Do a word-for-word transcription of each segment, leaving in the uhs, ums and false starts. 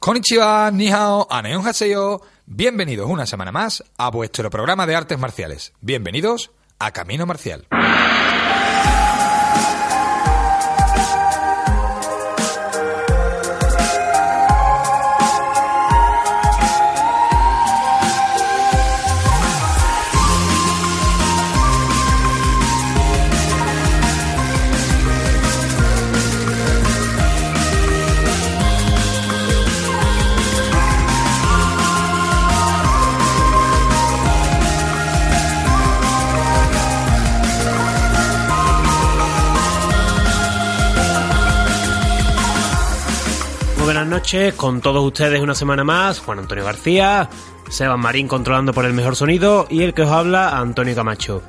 Konnichiwa, ni hao, annyeonghaseyo. Bienvenidos una semana más a vuestro programa de artes marciales. Bienvenidos a Camino Marcial. Buenas noches, con todos ustedes una semana más, Juan Antonio García, Sebas Marín controlando por el mejor sonido y el que os habla, Antonio Camacho.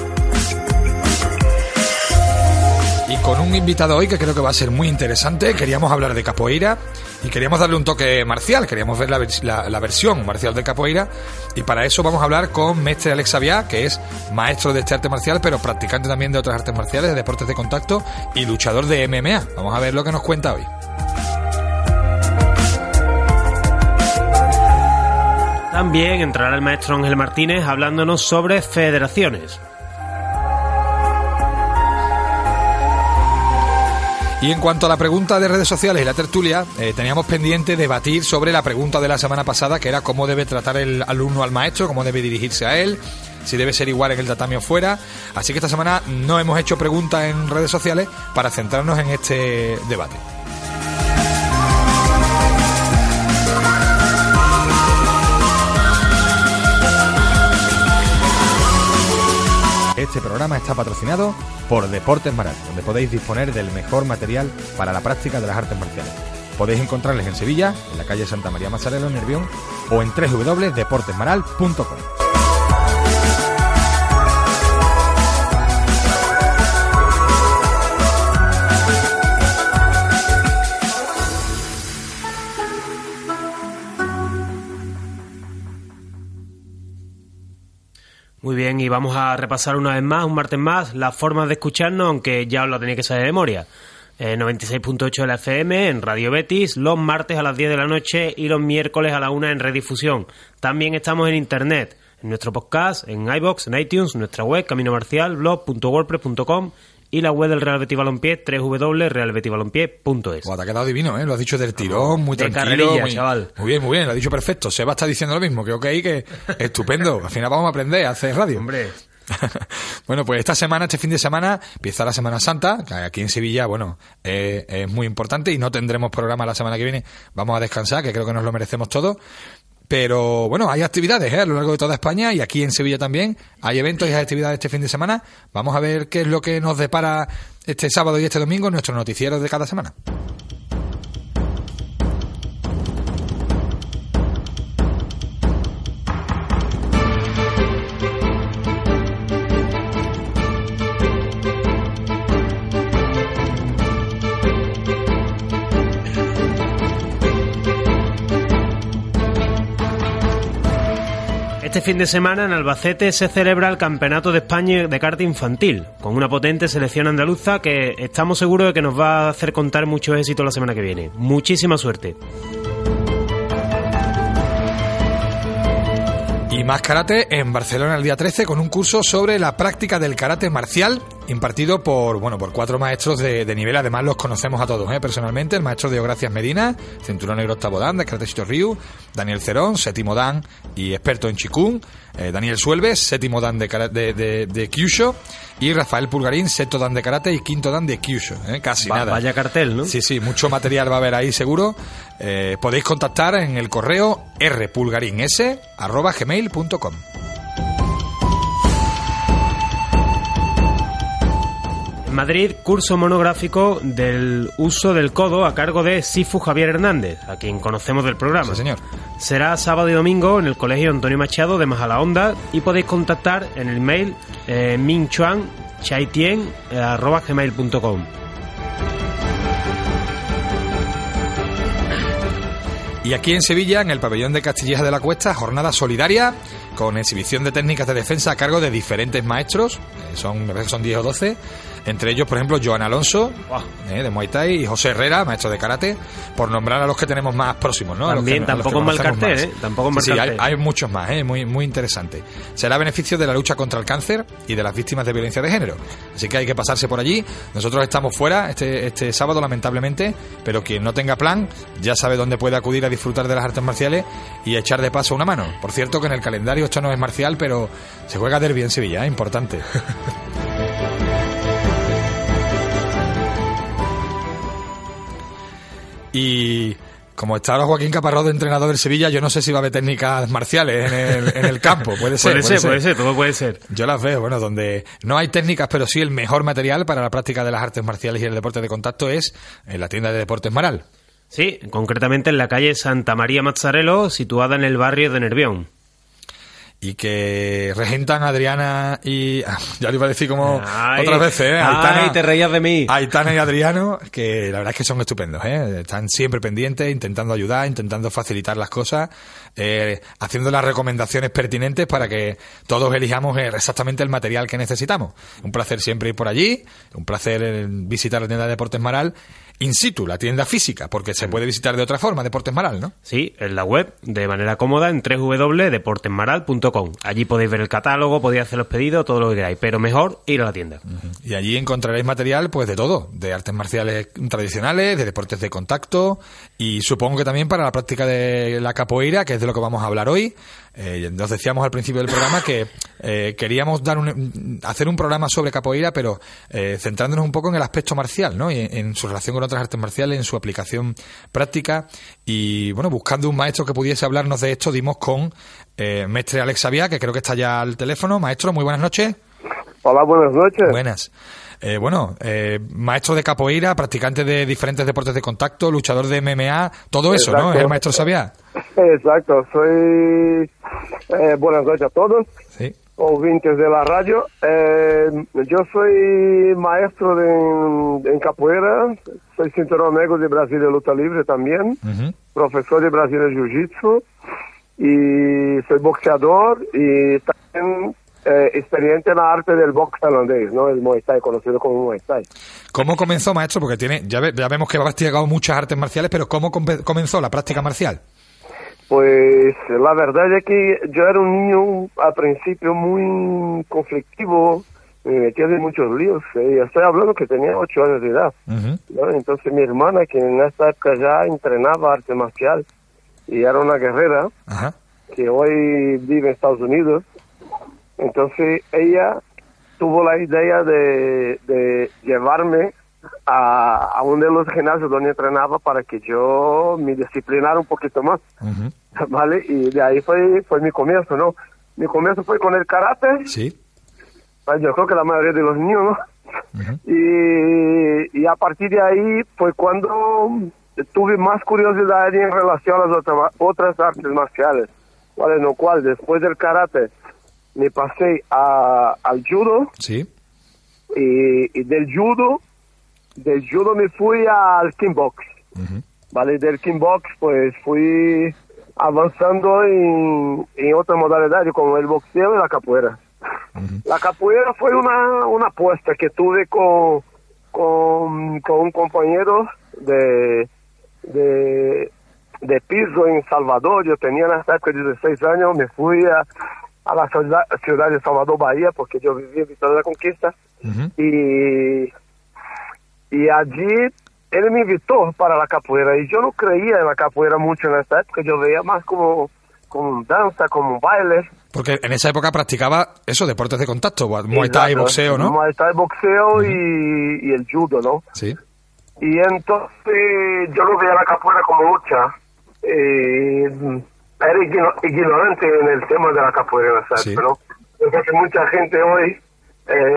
Y con un invitado hoy que creo que va a ser muy interesante. Queríamos hablar de capoeira y queríamos darle un toque marcial, queríamos ver la, la, la versión marcial de capoeira, y para eso vamos a hablar con Mestre Alex Xavier, que es maestro de este arte marcial, pero practicante también de otras artes marciales, de deportes de contacto y luchador de M M A. Vamos a ver lo que nos cuenta hoy. También entrará el maestro Ángel Martínez hablándonos sobre federaciones. Y en cuanto a la pregunta de redes sociales y la tertulia, eh, teníamos pendiente debatir sobre la pregunta de la semana pasada, que era cómo debe tratar el alumno al maestro, cómo debe dirigirse a él, si debe ser igual en el tatami o fuera. Así que esta semana no hemos hecho preguntas en redes sociales para centrarnos en este debate. Este programa está patrocinado por Deportes Maral, donde podéis disponer del mejor material para la práctica de las artes marciales. Podéis encontrarles en Sevilla, en la calle Santa María Mazzarello, en Nervión, o en doble u doble u doble u punto deportes maral punto com. Muy bien, y vamos a repasar una vez más, un martes más, las formas de escucharnos, aunque ya os lo tenéis que saber de memoria. Eh, noventa y seis punto ocho de la F M en Radio Betis, los martes a las diez de la noche y los miércoles a la una en Redifusión. También estamos en internet, en nuestro podcast, en iVoox, en iTunes, nuestra web, camino marcial blog punto wordpress punto com y la web del Real Betis Balompié, doble u doble u doble u punto real betis balompié punto es. Te ha quedado divino, ¿eh? Lo has dicho del tirón, muy de tranquilo. Muy, chaval. Muy bien, muy bien, lo ha dicho perfecto. Seba está diciendo lo mismo, que ok, que estupendo. Al final vamos a aprender a hacer radio. Hombre. Bueno, pues esta semana, este fin de semana, empieza la Semana Santa, que aquí en Sevilla, bueno, eh, es muy importante y no tendremos programa la semana que viene. Vamos a descansar, que creo que nos lo merecemos todos. Pero bueno, hay actividades ¿eh? a lo largo de toda España y aquí en Sevilla también. Hay eventos y hay actividades este fin de semana. Vamos a ver qué es lo que nos depara este sábado y este domingo en nuestros noticieros de cada semana. Este fin de semana en Albacete se celebra el Campeonato de España de Karate Infantil, con una potente selección andaluza que estamos seguros de que nos va a hacer contar mucho éxito la semana que viene. Muchísima suerte. Y más karate en Barcelona el día trece con un curso sobre la práctica del karate marcial impartido por bueno por cuatro maestros de, de nivel. Además los conocemos a todos ¿eh? personalmente. El maestro Diego Gracias Medina, cinturón negro octavo dan de Karate Shito Ryu, Daniel Cerón, séptimo dan y experto en Chikung, eh, Daniel Suelves, séptimo dan de, de, de, de Kyusho, y Rafael Pulgarín, sexto dan de karate y quinto dan de Kyusho, ¿eh? casi Va, nada. Vaya cartel, ¿no? Sí, sí, mucho material va a haber ahí seguro. Eh, podéis contactar en el correo rpulgarins arroba gmail punto com. En Madrid, curso monográfico del uso del codo a cargo de Sifu Javier Hernández, a quien conocemos del programa. Sí, señor. Será sábado y domingo en el Colegio Antonio Machado de Majadahonda y podéis contactar en el mail eh, minchuan chaitien arroba gmail punto com. Y aquí en Sevilla, en el pabellón de Castilleja de la Cuesta, jornada solidaria con exhibición de técnicas de defensa a cargo de diferentes maestros, eh, son, me parece que son diez o doce, Entre ellos, por ejemplo, Joan Alonso, Wow. eh, de Muay Thai, y José Herrera, maestro de karate, por nombrar a los que tenemos más próximos, ¿no? A los También, que- a los tampoco que es mal conocemos cartel, más. ¿eh? Tampoco es mal Sí, sí, hay, cartel. hay muchos más, ¿eh? Muy, muy interesante. Será a beneficio de la lucha contra el cáncer y de las víctimas de violencia de género. Así que hay que pasarse por allí. Nosotros estamos fuera este, este sábado, lamentablemente, pero quien no tenga plan ya sabe dónde puede acudir a disfrutar de las artes marciales y echar de paso una mano. Por cierto, que en el calendario esto no es marcial, pero se juega derbi en Sevilla, ¿eh? Importante. Y como está ahora Joaquín Caparrós de entrenador del Sevilla, yo no sé si va a haber técnicas marciales en el, en el campo. Puede ser, Puede ser, puede ser, todo puede ser. Yo las veo, bueno, donde no hay técnicas, pero sí el mejor material para la práctica de las artes marciales y el deporte de contacto es en la tienda de Deportes Maral. Sí, concretamente en la calle Santa María Mazzarello, situada en el barrio de Nervión. Y que regentan Adriana y... Ya lo iba a decir como Ay, otras veces, ¿eh? ay, te reías de mí. Aitana y Adriano, que la verdad es que son estupendos, ¿eh? Están siempre pendientes, intentando ayudar, intentando facilitar las cosas, eh, haciendo las recomendaciones pertinentes para que todos elijamos eh, exactamente el material que necesitamos. Un placer siempre ir por allí, un placer eh, visitar la tienda de Deportes Maral in situ, la tienda física, porque se puede visitar de otra forma, Deportes Maral, ¿no? Sí, en la web, de manera cómoda, en doble u doble u doble u punto deportes maral punto com. Allí podéis ver el catálogo, podéis hacer los pedidos, todo lo que queráis, pero mejor ir a la tienda. Y allí encontraréis material pues de todo, de artes marciales tradicionales, de deportes de contacto y supongo que también para la práctica de la capoeira, que es de lo que vamos a hablar hoy. Eh, nos decíamos al principio del programa que eh, queríamos dar un, hacer un programa sobre capoeira, pero eh, centrándonos un poco en el aspecto marcial, ¿no? Y en, en su relación con otras artes marciales, en su aplicación práctica y, bueno, buscando un maestro que pudiese hablarnos de esto, dimos con eh, Mestre Alex Sabiá, que creo que está ya al teléfono. Maestro, muy buenas noches. Hola, buenas noches. Buenas. Eh, bueno, eh, maestro de capoeira, practicante de diferentes deportes de contacto, luchador de M M A, todo eso, Exacto. ¿no? Es el maestro Sabiá. Exacto, soy... eh, buenas noches a todos, Sí. oyentes de la radio. Eh, yo soy maestro de, en capoeira, soy cinturón negro de Brasil de lucha libre también, Ujú. profesor de Brasil de jiu-jitsu y soy boxeador y también eh, experiente en la arte del box tailandés, ¿no? El Muay Thai, conocido como Muay Thai. ¿Cómo comenzó, maestro? Porque tiene, ya, ve- ya vemos que ha practicado muchas artes marciales, pero ¿cómo compe- comenzó la práctica marcial? Pues la verdad es que yo era un niño al principio muy conflictivo, me metía en muchos líos. eh, Estoy hablando que tenía ocho años de edad, Ujú. ¿no? Entonces mi hermana, que en esta época ya entrenaba arte marcial y era una guerrera, Ajá. que hoy vive en Estados Unidos, entonces ella tuvo la idea de, de llevarme a, a uno de los gimnasios donde entrenaba para que yo me disciplinara un poquito más. Ujú. ¿Vale? Y de ahí fue, fue mi comienzo, ¿no? Mi comienzo fue con el karate, Sí. pues yo creo que la mayoría de los niños, ¿no? Ujú. Y, y a partir de ahí fue cuando tuve más curiosidad en relación a las otra- otras artes marciales, ¿vale? En lo cual, después del karate, me pasé a, al judo, Sí. y, y del judo, del judo me fui al kickbox. Ujú. ¿Vale? Del kickbox, pues fui avanzando en, en otras modalidades como el boxeo y la capoeira. La capoeira fue una, una apuesta que tuve con, con, con un compañero de, de, de piso en Salvador. Yo tenía en esa época dieciséis años, me fui a, a la ciudad, ciudad de Salvador, Bahía, porque yo vivía en Vitória da Conquista. Ujú. Y, y allí él me invitó para la capoeira y yo no creía en la capoeira mucho en esta época, yo veía más como, como danza, como baile. Porque en esa época practicaba eso, deportes de contacto, Muay Thai, Exacto. boxeo, ¿no? Muay Thai, boxeo y, y el judo, ¿no? Sí. Y entonces yo no veía la capoeira como lucha. Eh, era igno- ignorante en el tema de la capoeira en esa Sí. época, ¿no? Yo creo que mucha gente hoy... Eh,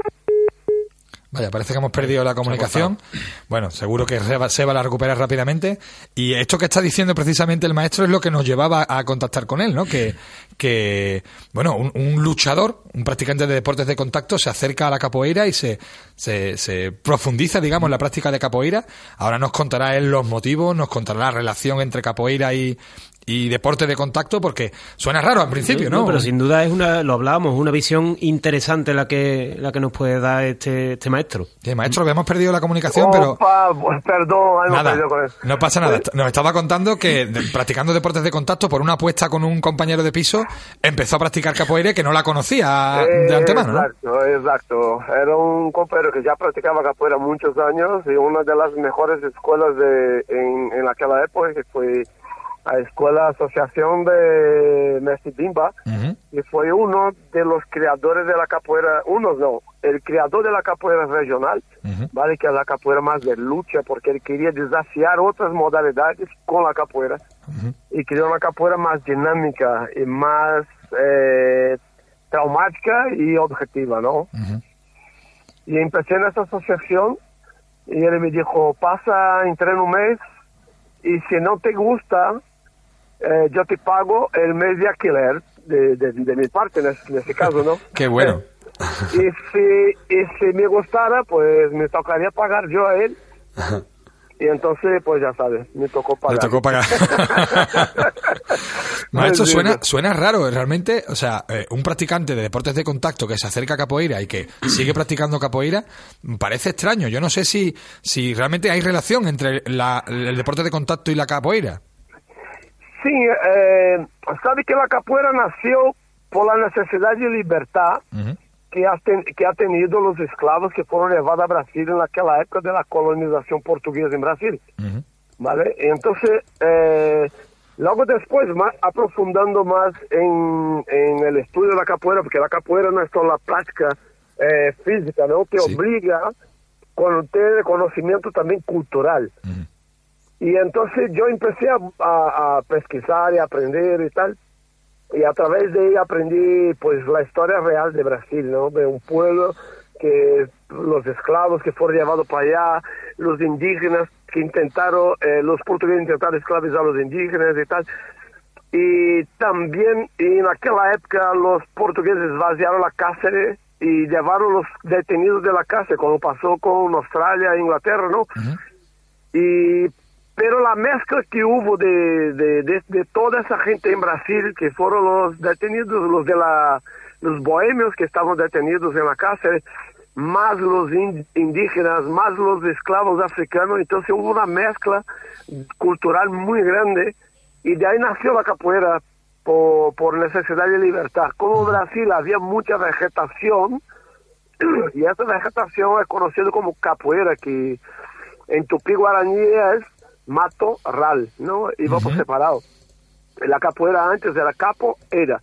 Vaya, parece que hemos perdido la comunicación. Bueno, seguro que Seba, Seba la recupera rápidamente. Y esto que está diciendo precisamente el maestro es lo que nos llevaba a contactar con él, ¿no? Que, que bueno, un, un luchador, un practicante de deportes de contacto se acerca a la capoeira y se, se, se profundiza, digamos, en la práctica de capoeira. Ahora nos contará él los motivos, nos contará la relación entre capoeira y, y deporte de contacto, porque suena raro al principio, ¿no? No, pero sin duda es una, lo hablábamos, una visión interesante la que la que nos puede dar este, este maestro. Sí, maestro, que hemos perdido la comunicación, Opa, pero... perdón, hemos nada, perdido con eso. no pasa nada. Nos estaba contando que de, practicando deportes de contacto por una apuesta con un compañero de piso, empezó a practicar capoeira que no la conocía Eh, de antemano, ¿no? Exacto, exacto. Era un compañero que ya practicaba capoeira muchos años y una de las mejores escuelas de en, en aquella época, que fue la Escuela Asociación de Mestre Bimba, Uh-huh. y fue uno de los creadores de la capoeira, uno no, el creador de la capoeira regional, Uh-huh. ¿vale? Que es la capoeira más de lucha, porque él quería desafiar otras modalidades con la capoeira, Uh-huh. y creó una capoeira más dinámica y más eh, traumática y objetiva, ¿no? Uh-huh. Y empecé en esa asociación y él me dijo, pasa, entrena un mes y si no te gusta, eh, yo te pago el mes de alquiler de, de, de mi parte, en ese, en ese caso, ¿no? Qué bueno. Y si, y si me gustara, pues me tocaría pagar yo a él. Y entonces, pues ya sabes, me tocó pagar. Le tocó pagar. Maestro, suena, suena raro, realmente, o sea, eh, un practicante de deportes de contacto que se acerca a capoeira y que sigue practicando capoeira, parece extraño. Yo no sé si, si realmente hay relación entre la, el deporte de contacto y la capoeira. Sí, eh, sabe que la capoeira nació por la necesidad de libertad Uh-huh. que ha, ten, que ha tenido los esclavos que fueron llevados a Brasil en aquella época de la colonización portuguesa en Brasil. Uh-huh. ¿Vale? Entonces, eh, luego después, más, aprofundando más en, en el estudio de la capoeira, porque la capoeira no es solo la práctica eh, física, ¿no? Que Sí. obliga a tener conocimiento también cultural. Uh-huh. Y entonces yo empecé a, a, a pesquisar y a aprender y tal. Y a través de ella aprendí pues la historia real de Brasil, ¿no? De un pueblo que los esclavos que fueron llevados para allá, los indígenas que intentaron, eh, los portugueses intentaron esclavizar a los indígenas y tal. Y también en aquella época los portugueses vaciaron la cárcel y llevaron los detenidos de la cárcel, como pasó con Australia e Inglaterra, ¿no? Uh-huh. Y pero la mezcla que hubo de, de, de, de toda esa gente en Brasil, que fueron los detenidos, los de la, los bohemios que estaban detenidos en la cárcel, más los indígenas, más los esclavos africanos, entonces hubo una mezcla cultural muy grande, y de ahí nació la capoeira por, por necesidad de libertad. Como en Brasil había mucha vegetación, y esa vegetación es conocida como capoeira, que en tupí guaraní es mato ral, ¿no? Iba uh-huh. por separado. La capoeira antes era capoeira.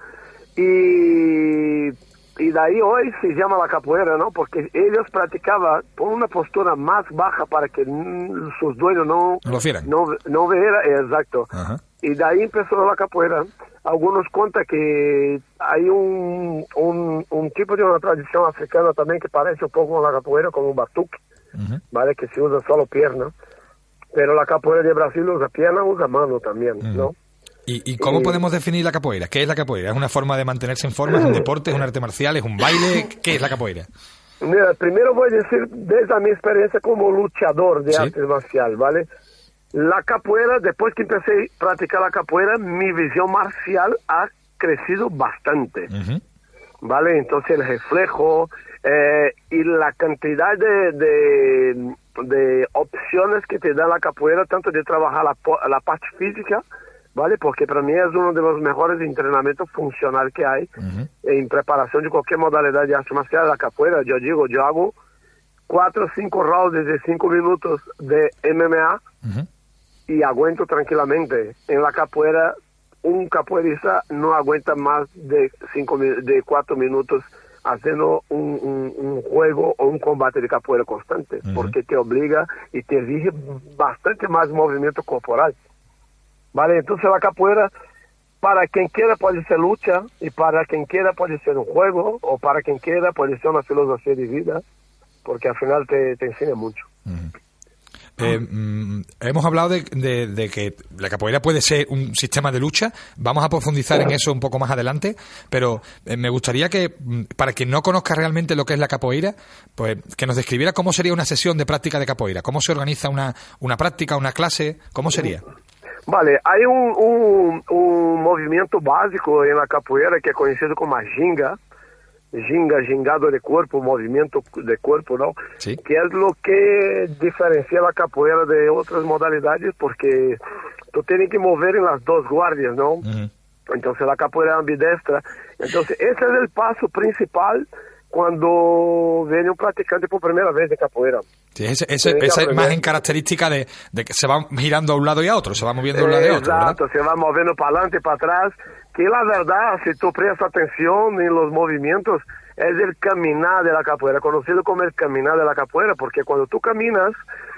Y, y de ahí hoy se llama la capoeira, ¿no? Porque ellos practicaban por una postura más baja para que n- sus dueños no No lo vieran. No, no vieran, exacto. Uh-huh. Y de ahí empezó la capoeira. Algunos cuentan que hay un, un, un tipo de una tradición africana también que parece un poco la capoeira, como un batuque, Uh-huh. ¿vale? Que se usa solo pierna. Pero la capoeira de Brasil usa pierna, usa mano también, Uh-huh. ¿no? ¿Y, ¿Y cómo Eh, podemos definir la capoeira? ¿Qué es la capoeira? ¿Es una forma de mantenerse en forma? ¿Es un deporte? ¿Es un arte marcial? ¿Es un baile? ¿Qué es la capoeira? Mira, primero voy a decir desde mi experiencia como luchador de ¿Sí? arte marcial, ¿vale? La capoeira, después que empecé a practicar la capoeira, mi visión marcial ha crecido bastante, Uh-huh. ¿vale? Entonces el reflejo eh, y la cantidad de, de, de opciones que te da la capoeira, tanto de trabajar la, po- la parte física, ¿vale? Porque para mí es uno de los mejores entrenamientos funcionales que hay Uh-huh. en preparación de cualquier modalidad de arte marcial. La capoeira, yo digo, yo hago cuatro o cinco rounds de cinco minutos de M M A Uh-huh. y aguento tranquilamente. En la capoeira, un capoeirista no aguanta más de cinco mi- de cuatro minutos haciendo un, un, un juego o un combate de capoeira constante, Uh-huh. porque te obliga y te exige bastante más movimiento corporal. ¿Vale? Entonces la capoeira, para quien quiera puede ser lucha, y para quien quiera puede ser un juego, o para quien quiera puede ser una filosofía de vida, porque al final te, te enseña mucho. Uh-huh. Eh, mm, hemos hablado de, de, de que la capoeira puede ser un sistema de lucha. Vamos a profundizar en eso un poco más adelante, pero eh, me gustaría que, mm, para quien no conozca realmente lo que es la capoeira, pues que nos describiera cómo sería una sesión de práctica de capoeira, cómo se organiza una, una práctica, una clase, cómo sería. Vale, hay un, un, un movimiento básico en la capoeira que es conocido como ginga, ginga, gingado de cuerpo, movimiento de cuerpo, ¿no? Sí. Que es lo que diferencia la capoeira de otras modalidades, porque tú tienes que mover en las dos guardias, ¿no? Uh-huh. Entonces la capoeira es ambidestra. Entonces ese es el paso principal cuando viene un practicante por primera vez de capoeira. Sí, ese, ese, esa imagen característica de, de que se va girando a un lado y a otro, se va moviendo de un lado y a otro, ¿verdad? Exacto, se va moviendo para adelante y para atrás, que la verdad, si tú prestas atención en los movimientos, es el caminar de la capoeira, conocido como el caminar de la capoeira, porque cuando tú caminas,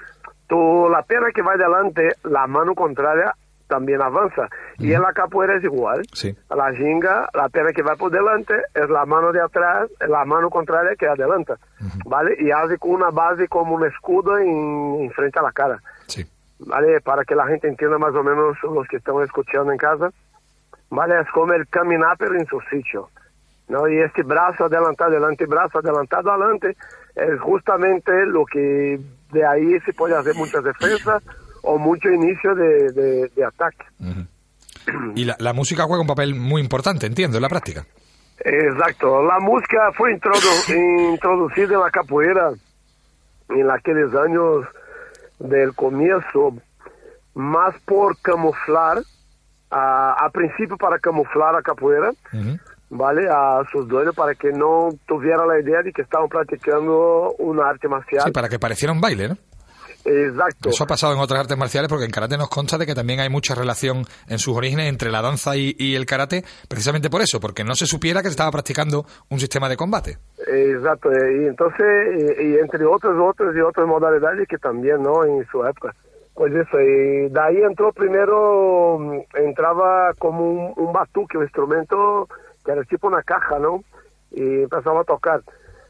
tú, la pierna que va adelante, la mano contraria también avanza. Uh-huh. Y en la capoeira es igual. Sí. La ginga, la pierna que va por delante, es la mano de atrás, la mano contraria que adelanta. Uh-huh. ¿Vale? Y hace con una base como un escudo en, en frente a la cara. Sí. ¿Vale? Para que la gente entienda más o menos, los que están escuchando en casa. ¿Vale? Es como el caminar pero en su sitio, ¿no? Y este brazo adelantado adelante, brazo adelantado adelante, es justamente lo que de ahí se puede hacer muchas defensas o mucho inicio de, de, de ataque. Uh-huh. Y la, la música juega un papel muy importante, entiendo, en la práctica. Exacto. La música fue introdu- introducida en la capoeira en aquellos años del comienzo, más por camuflar, a, a principio para camuflar a capoeira, uh-huh. ¿Vale? A sus dueños, para que no tuviera la idea de que estaban practicando una arte marcial. Sí, para que pareciera un baile, ¿no? Exacto. Eso ha pasado en otras artes marciales, porque en karate nos consta de que también hay mucha relación en sus orígenes entre la danza y, y el karate, precisamente por eso, porque no se supiera que se estaba practicando un sistema de combate. Exacto, y entonces, y, y entre otras, otras y otras modalidades que también, ¿no? En su época. Pues eso, y de ahí entró primero, entraba como un, un batuque, un instrumento que era tipo una caja, ¿no? Y empezaba a tocar.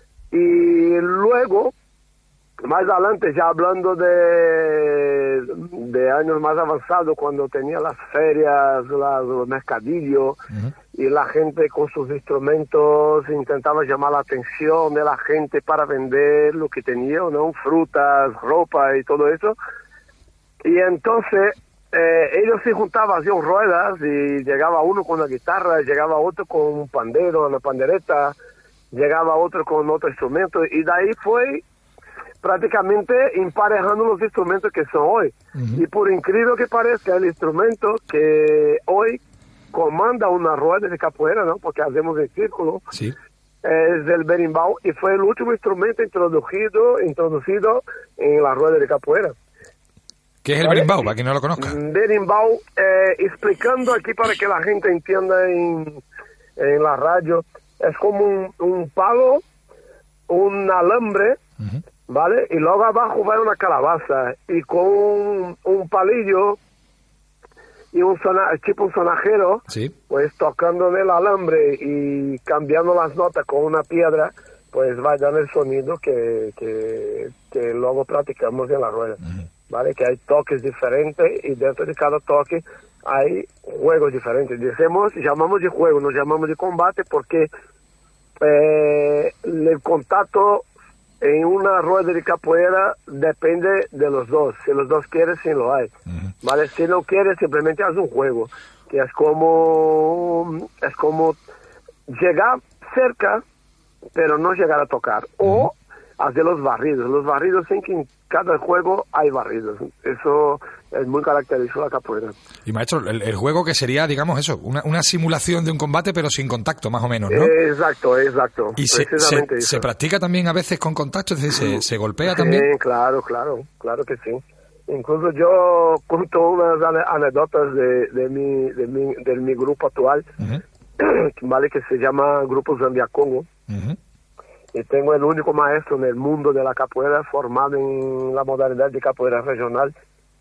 Y luego, más adelante, ya hablando de, de años más avanzados, cuando tenía las ferias, las, los mercadillos, uh-huh. y la gente con sus instrumentos intentaba llamar la atención de la gente para vender lo que tenía, ¿no? Frutas, ropa y todo eso. Y entonces eh, ellos se juntaban, hacían ruedas y llegaba uno con la guitarra, llegaba otro con un pandero, una pandereta, llegaba otro con otro instrumento, y de ahí fue prácticamente emparejando los instrumentos que son hoy. Uh-huh. Y por increíble que parezca, el instrumento que hoy comanda una rueda de capoeira, ¿no? Porque hacemos el círculo, sí. Es el berimbau, y fue el último instrumento introducido, introducido en la rueda de capoeira. ¿Qué es el ¿Vale? berimbau, para quien no lo conozca? Berimbau, eh, explicando aquí para que la gente entienda en, en la radio, es como un, un palo, un alambre, uh-huh. ¿vale? Y luego abajo va una calabaza, y con un, un palillo y un sona, tipo un sonajero, sí. pues tocando en el alambre y cambiando las notas con una piedra, pues va a dar el sonido que, que, que luego practicamos en la rueda. Uh-huh. ¿Vale? Que hay toques diferentes y dentro de cada toque hay juegos diferentes. Decimos, llamamos de juego, no llamamos de combate, porque eh, el contacto en una rueda de capoeira depende de los dos. Si los dos quieren, sí lo hay. Uh-huh. ¿Vale? Si no quieres, simplemente haz un juego, que es como, es como llegar cerca, pero no llegar a tocar. Uh-huh. O hacer los barridos. Los barridos en que en cada juego hay barridos. Eso es muy característico de la capoeira. Y maestro, el, el juego que sería, digamos eso, una, una simulación de un combate pero sin contacto, más o menos, ¿no? Exacto, exacto. Y se, se, se practica también a veces con contacto, es decir, se, se golpea sí, también. Claro, claro, claro que sí. Incluso yo cuento unas anécdotas de, de, mi, de, mi, de mi grupo actual, uh-huh. ¿vale? Que se llama Grupo Zambiacongo. Uh-huh. Y tengo el único maestro en el mundo de la capoeira formado en la modalidad de capoeira regional,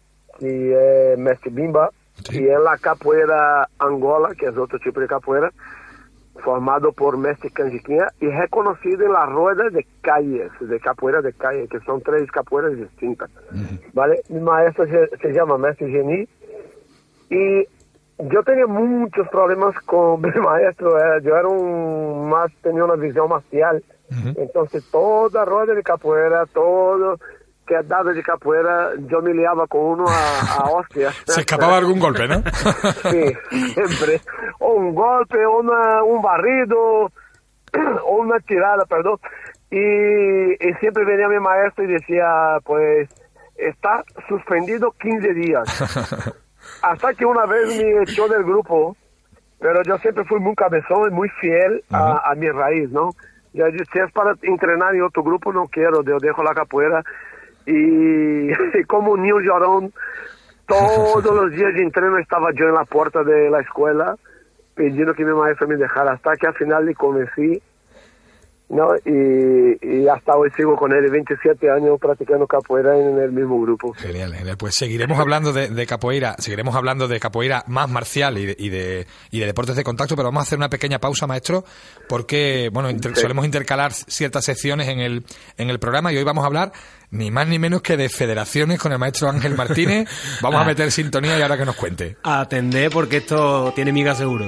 que es Mestre Bimba, sí. Y en la capoeira Angola, que es otro tipo de capoeira, formado por Mestre Canjiquinha y reconocido en las ruedas de calles, de capoeira de calle, que son tres capoeiras distintas. Uh-huh. ¿Vale? Mi maestro se, se llama Mestre Geni, y yo tenía muchos problemas con mi maestro, eh. yo era un más, tenía una visión marcial. Uh-huh. Entonces toda rueda de capoeira, todo quedada de capoeira, yo me liaba con uno a, a hostias. Se escapaba algún golpe, ¿no? Sí, siempre. O un golpe, o una, un barrido, o una tirada, perdón. Y, y siempre venía mi maestro y decía, pues, está suspendido quince días. Hasta que una vez me echó del grupo, pero yo siempre fui muy cabezón y muy fiel a, a mi raíz, ¿no? Ya si es para entrenar en otro grupo, no quiero, yo dejo la capoeira. Y, y como un niño llorón, todos los días de entreno estaba yo en la puerta de la escuela pidiendo que mi maestro me dejara, hasta que al final le convencí, ¿no? Y, y hasta hoy sigo con él, veintisiete años practicando capoeira en el mismo grupo. Genial, genial. Pues seguiremos hablando de, de capoeira, seguiremos hablando de capoeira más marcial y de, y de y de deportes de contacto, pero vamos a hacer una pequeña pausa, maestro, porque bueno, inter, sí. solemos intercalar ciertas secciones en el en el programa y hoy vamos a hablar ni más ni menos que de federaciones con el maestro Ángel Martínez. Vamos ah. a meter sintonía y ahora que nos cuente. Atendé porque esto tiene miga seguro.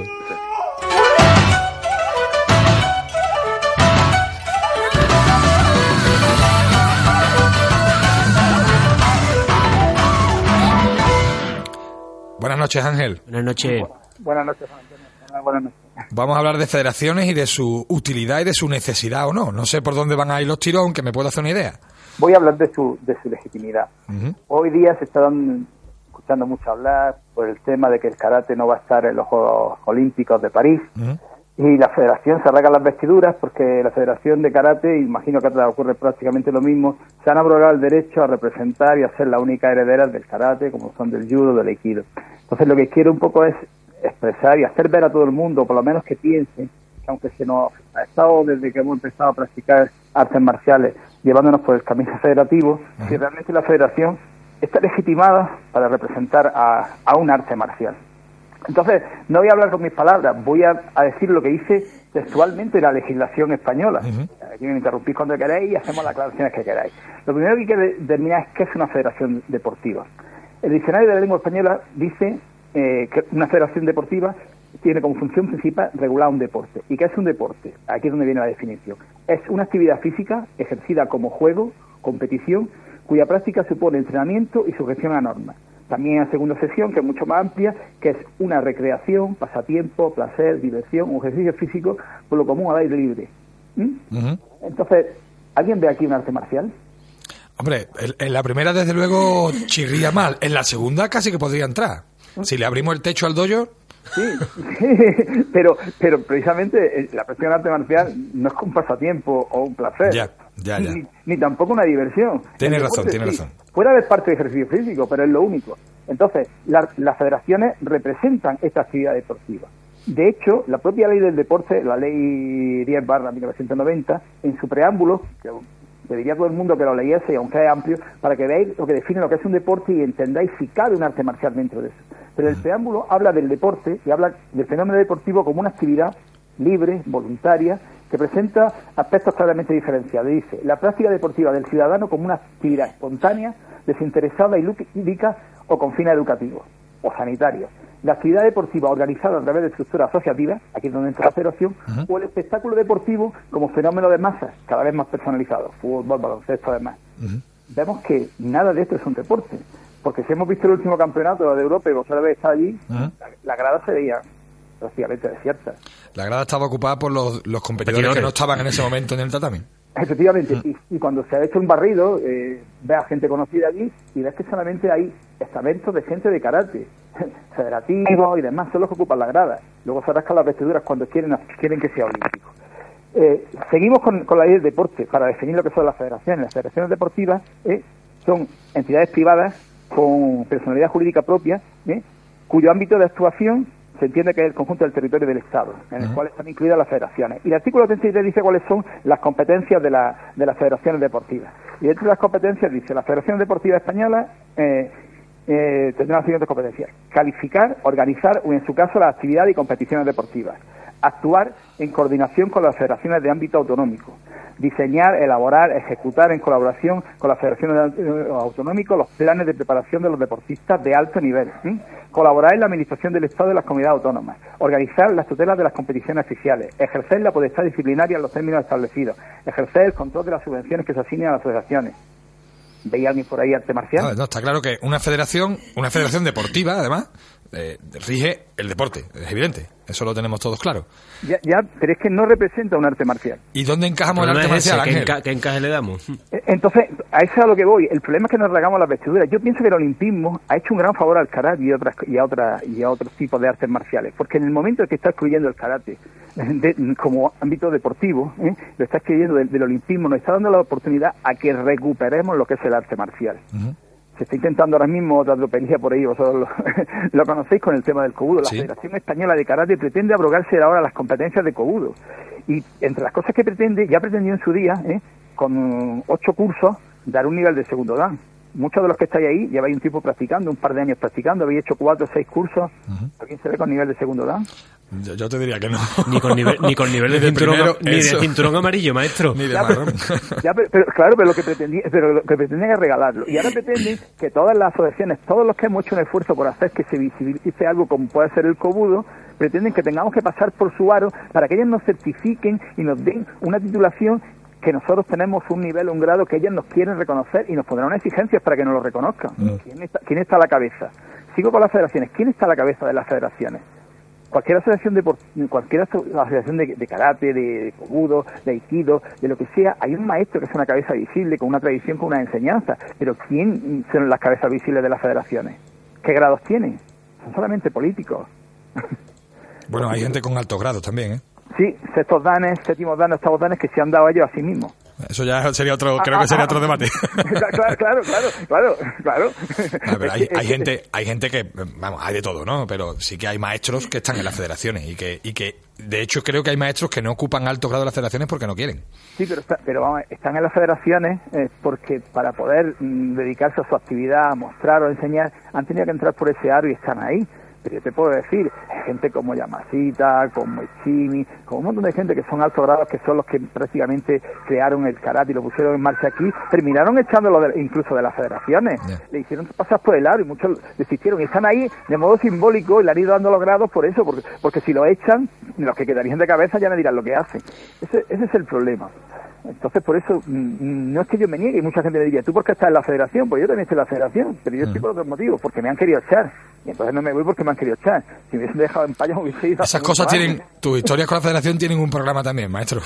Buenas noches, Ángel. Buenas noches. Buenas noches, Ángel. Buenas noches. Vamos a hablar de federaciones y de su utilidad y de su necesidad o no. No sé por dónde van a ir los tiros, aunque me puedo hacer una idea. Voy a hablar de su de su legitimidad. Uh-huh. Hoy día se está escuchando mucho hablar por el tema de que el karate no va a estar en los Juegos Olímpicos de París. Uh-huh. Y la federación se arranca las vestiduras porque la federación de karate, imagino que ocurre prácticamente lo mismo, se han abrogado el derecho a representar y a ser la única heredera del karate, como son del judo, del aikido. Entonces lo que quiero un poco es expresar y hacer ver a todo el mundo, por lo menos que piensen, que aunque se nos ha estado desde que hemos empezado a practicar artes marciales, llevándonos por el camino federativo, uh-huh. si realmente la federación está legitimada para representar a, a un arte marcial. Entonces, no voy a hablar con mis palabras, voy a, a decir lo que dice textualmente la legislación española. Uh-huh. Aquí me interrumpís cuando queráis y hacemos las aclaraciones que queráis. Lo primero que hay que determinar es qué es una federación deportiva. El diccionario de la lengua española dice eh, que una federación deportiva tiene como función principal regular un deporte. ¿Y qué es un deporte? Aquí es donde viene la definición. Es una actividad física ejercida como juego, competición, cuya práctica supone entrenamiento y sujeción a normas. También hay segunda sección, que es mucho más amplia, que es una recreación, pasatiempo, placer, diversión, un ejercicio físico, por lo común al aire libre. ¿Mm? Uh-huh. Entonces, ¿alguien ve aquí un arte marcial? Hombre, en la primera desde luego chirría mal, en la segunda casi que podría entrar. Si le abrimos el techo al dojo... Sí, sí, pero pero precisamente la práctica de arte marcial no es un pasatiempo o un placer. Ya, ya, ya. Ni, ni tampoco una diversión. Tiene razón, tiene sí, razón. Puede haber parte de ejercicio físico, pero es lo único. Entonces, la, las federaciones representan esta actividad deportiva. De hecho, la propia ley del deporte, la ley diez barra mil novecientos noventa, en su preámbulo, que le diría a todo el mundo que lo leyese, aunque es amplio, para que veáis lo que define lo que es un deporte y entendáis si cabe un arte marcial dentro de eso. Pero el preámbulo habla del deporte y habla del fenómeno deportivo como una actividad libre, voluntaria, que presenta aspectos claramente diferenciados. Dice, la práctica deportiva del ciudadano como una actividad espontánea, desinteresada y lúdica o con fines educativos o sanitarios. La actividad deportiva organizada a través de estructuras asociativas, aquí es donde entra la federación, uh-huh. o el espectáculo deportivo como fenómeno de masas, cada vez más personalizado, fútbol, baloncesto, además. Uh-huh. Vemos que nada de esto es un deporte, porque si hemos visto el último campeonato de Europa y Gonzalo está allí, uh-huh. la, la grada se veía prácticamente desierta. La grada estaba ocupada por los, los competidores que no estaban en ese momento en el tatami. Efectivamente, uh-huh. y, y cuando se ha hecho un barrido, eh, ve a gente conocida allí y ves que solamente hay estamentos de gente de karate, federativos y demás, son los que ocupan la grada. Luego se rascan las vestiduras cuando quieren, quieren que sea olímpico. Eh, seguimos con, con la ley del deporte para definir lo que son las federaciones. Las federaciones deportivas eh, son entidades privadas con personalidad jurídica propia, eh, cuyo ámbito de actuación se entiende que es el conjunto del territorio del Estado, en el uh-huh. cual están incluidas las federaciones. Y el artículo treinta y tres dice cuáles son las competencias de, la, de las federaciones deportivas. Y dentro de las competencias dice, la Federación Deportiva Española eh, eh, tendrá las siguientes competencias: calificar, organizar o, en su caso, las actividades y competiciones deportivas; actuar en coordinación con las federaciones de ámbito autonómico; diseñar, elaborar, ejecutar en colaboración con las federaciones autonómicas los planes de preparación de los deportistas de alto nivel; ¿sí? Colaborar en la administración del Estado de las comunidades autónomas; organizar las tutelas de las competiciones oficiales; ejercer la potestad disciplinaria en los términos establecidos; ejercer el control de las subvenciones que se asignan a las federaciones. ¿Veis a alguien por ahí arte marcial? No, no, está claro que una federación, una federación deportiva, además, eh, rige el deporte, es evidente. Eso lo tenemos todos claro. Ya, ya, pero es que no representa un arte marcial. ¿Y dónde encajamos el arte No es ese, marcial, ¿qué, Ángel? enca- qué encaje le damos? Entonces, a eso es a lo que voy. El problema es que nos regamos las vestiduras. Yo pienso que el olimpismo ha hecho un gran favor al karate y, otras, y, a otras, y a otros tipos de artes marciales. Porque en el momento en que está excluyendo el karate de, como ámbito deportivo, ¿eh? lo está excluyendo del, del olimpismo, nos está dando la oportunidad a que recuperemos lo que es el arte marcial. Uh-huh. Se está intentando ahora mismo otra tropelía por ahí, vosotros lo, lo conocéis con el tema del Kobudo. La ¿Sí? Federación Española de Karate pretende abrogarse ahora las competencias de Kobudo. Y entre las cosas que pretende, ya pretendió en su día, ¿eh? con ocho cursos, dar un nivel de segundo dan. Muchos de los que estáis ahí lleváis un tiempo practicando, un par de años practicando, habéis hecho cuatro o seis cursos. Uh-huh. ¿Alguien se ve con nivel de segundo dan? Yo, yo te diría que no. Ni con nivel, ni con nivel de, de cinturón, primero, ni de cinturón amarillo, maestro. Ni de ya, marrón. Pero, ya, pero, pero, claro, pero lo que pretendía, pero lo que pretendían es regalarlo. Y ahora pretenden que todas las asociaciones, todos los que hemos hecho un esfuerzo por hacer que se visibilice algo como puede ser el Kobudo, pretenden que tengamos que pasar por su aro para que ellos nos certifiquen y nos den una titulación que nosotros tenemos un nivel, un grado que ellos nos quieren reconocer y nos pondrán exigencias para que nos lo reconozcan. Mm. ¿Quién está, ¿Quién está a la cabeza? Sigo con las federaciones. ¿Quién está a la cabeza de las federaciones? Cualquier asociación de cualquier asociación de, de karate, de, de kobudo, de aikido, de lo que sea, hay un maestro que es una cabeza visible, con una tradición, con una enseñanza. Pero ¿quién son las cabezas visibles de las federaciones? ¿Qué grados tienen? Son solamente políticos. Bueno, hay gente con altos grados también, ¿eh? Sí, sextos danes, séptimos danes, octavos danes que se han dado a ellos a sí mismos. Eso ya sería otro, creo ah, que sería ah, otro debate. Claro, claro, claro, claro, claro. A ver, hay, hay gente, hay gente que, vamos, hay de todo, ¿no? Pero sí que hay maestros que están en las federaciones y que, y que, de hecho, creo que hay maestros que no ocupan altos grados de las federaciones porque no quieren. Sí, pero, está, pero vamos, están en las federaciones eh, porque para poder mm, dedicarse a su actividad, a mostrar o enseñar, han tenido que entrar por ese aro y están ahí. Pero yo te puedo decir, gente como Yamashita, como Ichimi, como un montón de gente que son altos grados, que son los que prácticamente crearon el karate y lo pusieron en marcha aquí, terminaron echándolo de, incluso de las federaciones. Yeah. Le hicieron pasar por el aro y muchos desistieron. Y están ahí de modo simbólico y le han ido dando los grados por eso, porque, porque si lo echan, los que quedarían de cabeza ya me dirán lo que hacen. Ese, ese es el problema. Entonces, por eso, no es que yo me niegue, y mucha gente me diría, ¿tú por qué estás en la federación? Pues yo también estoy en la federación, pero yo estoy por otros motivos, porque me han querido echar. Y entonces no me voy porque me han querido echar. Si me hubiesen dejado en paya, me hubiese ido. Esas cosas tienen, tus historias con la federación tienen un programa también, maestro.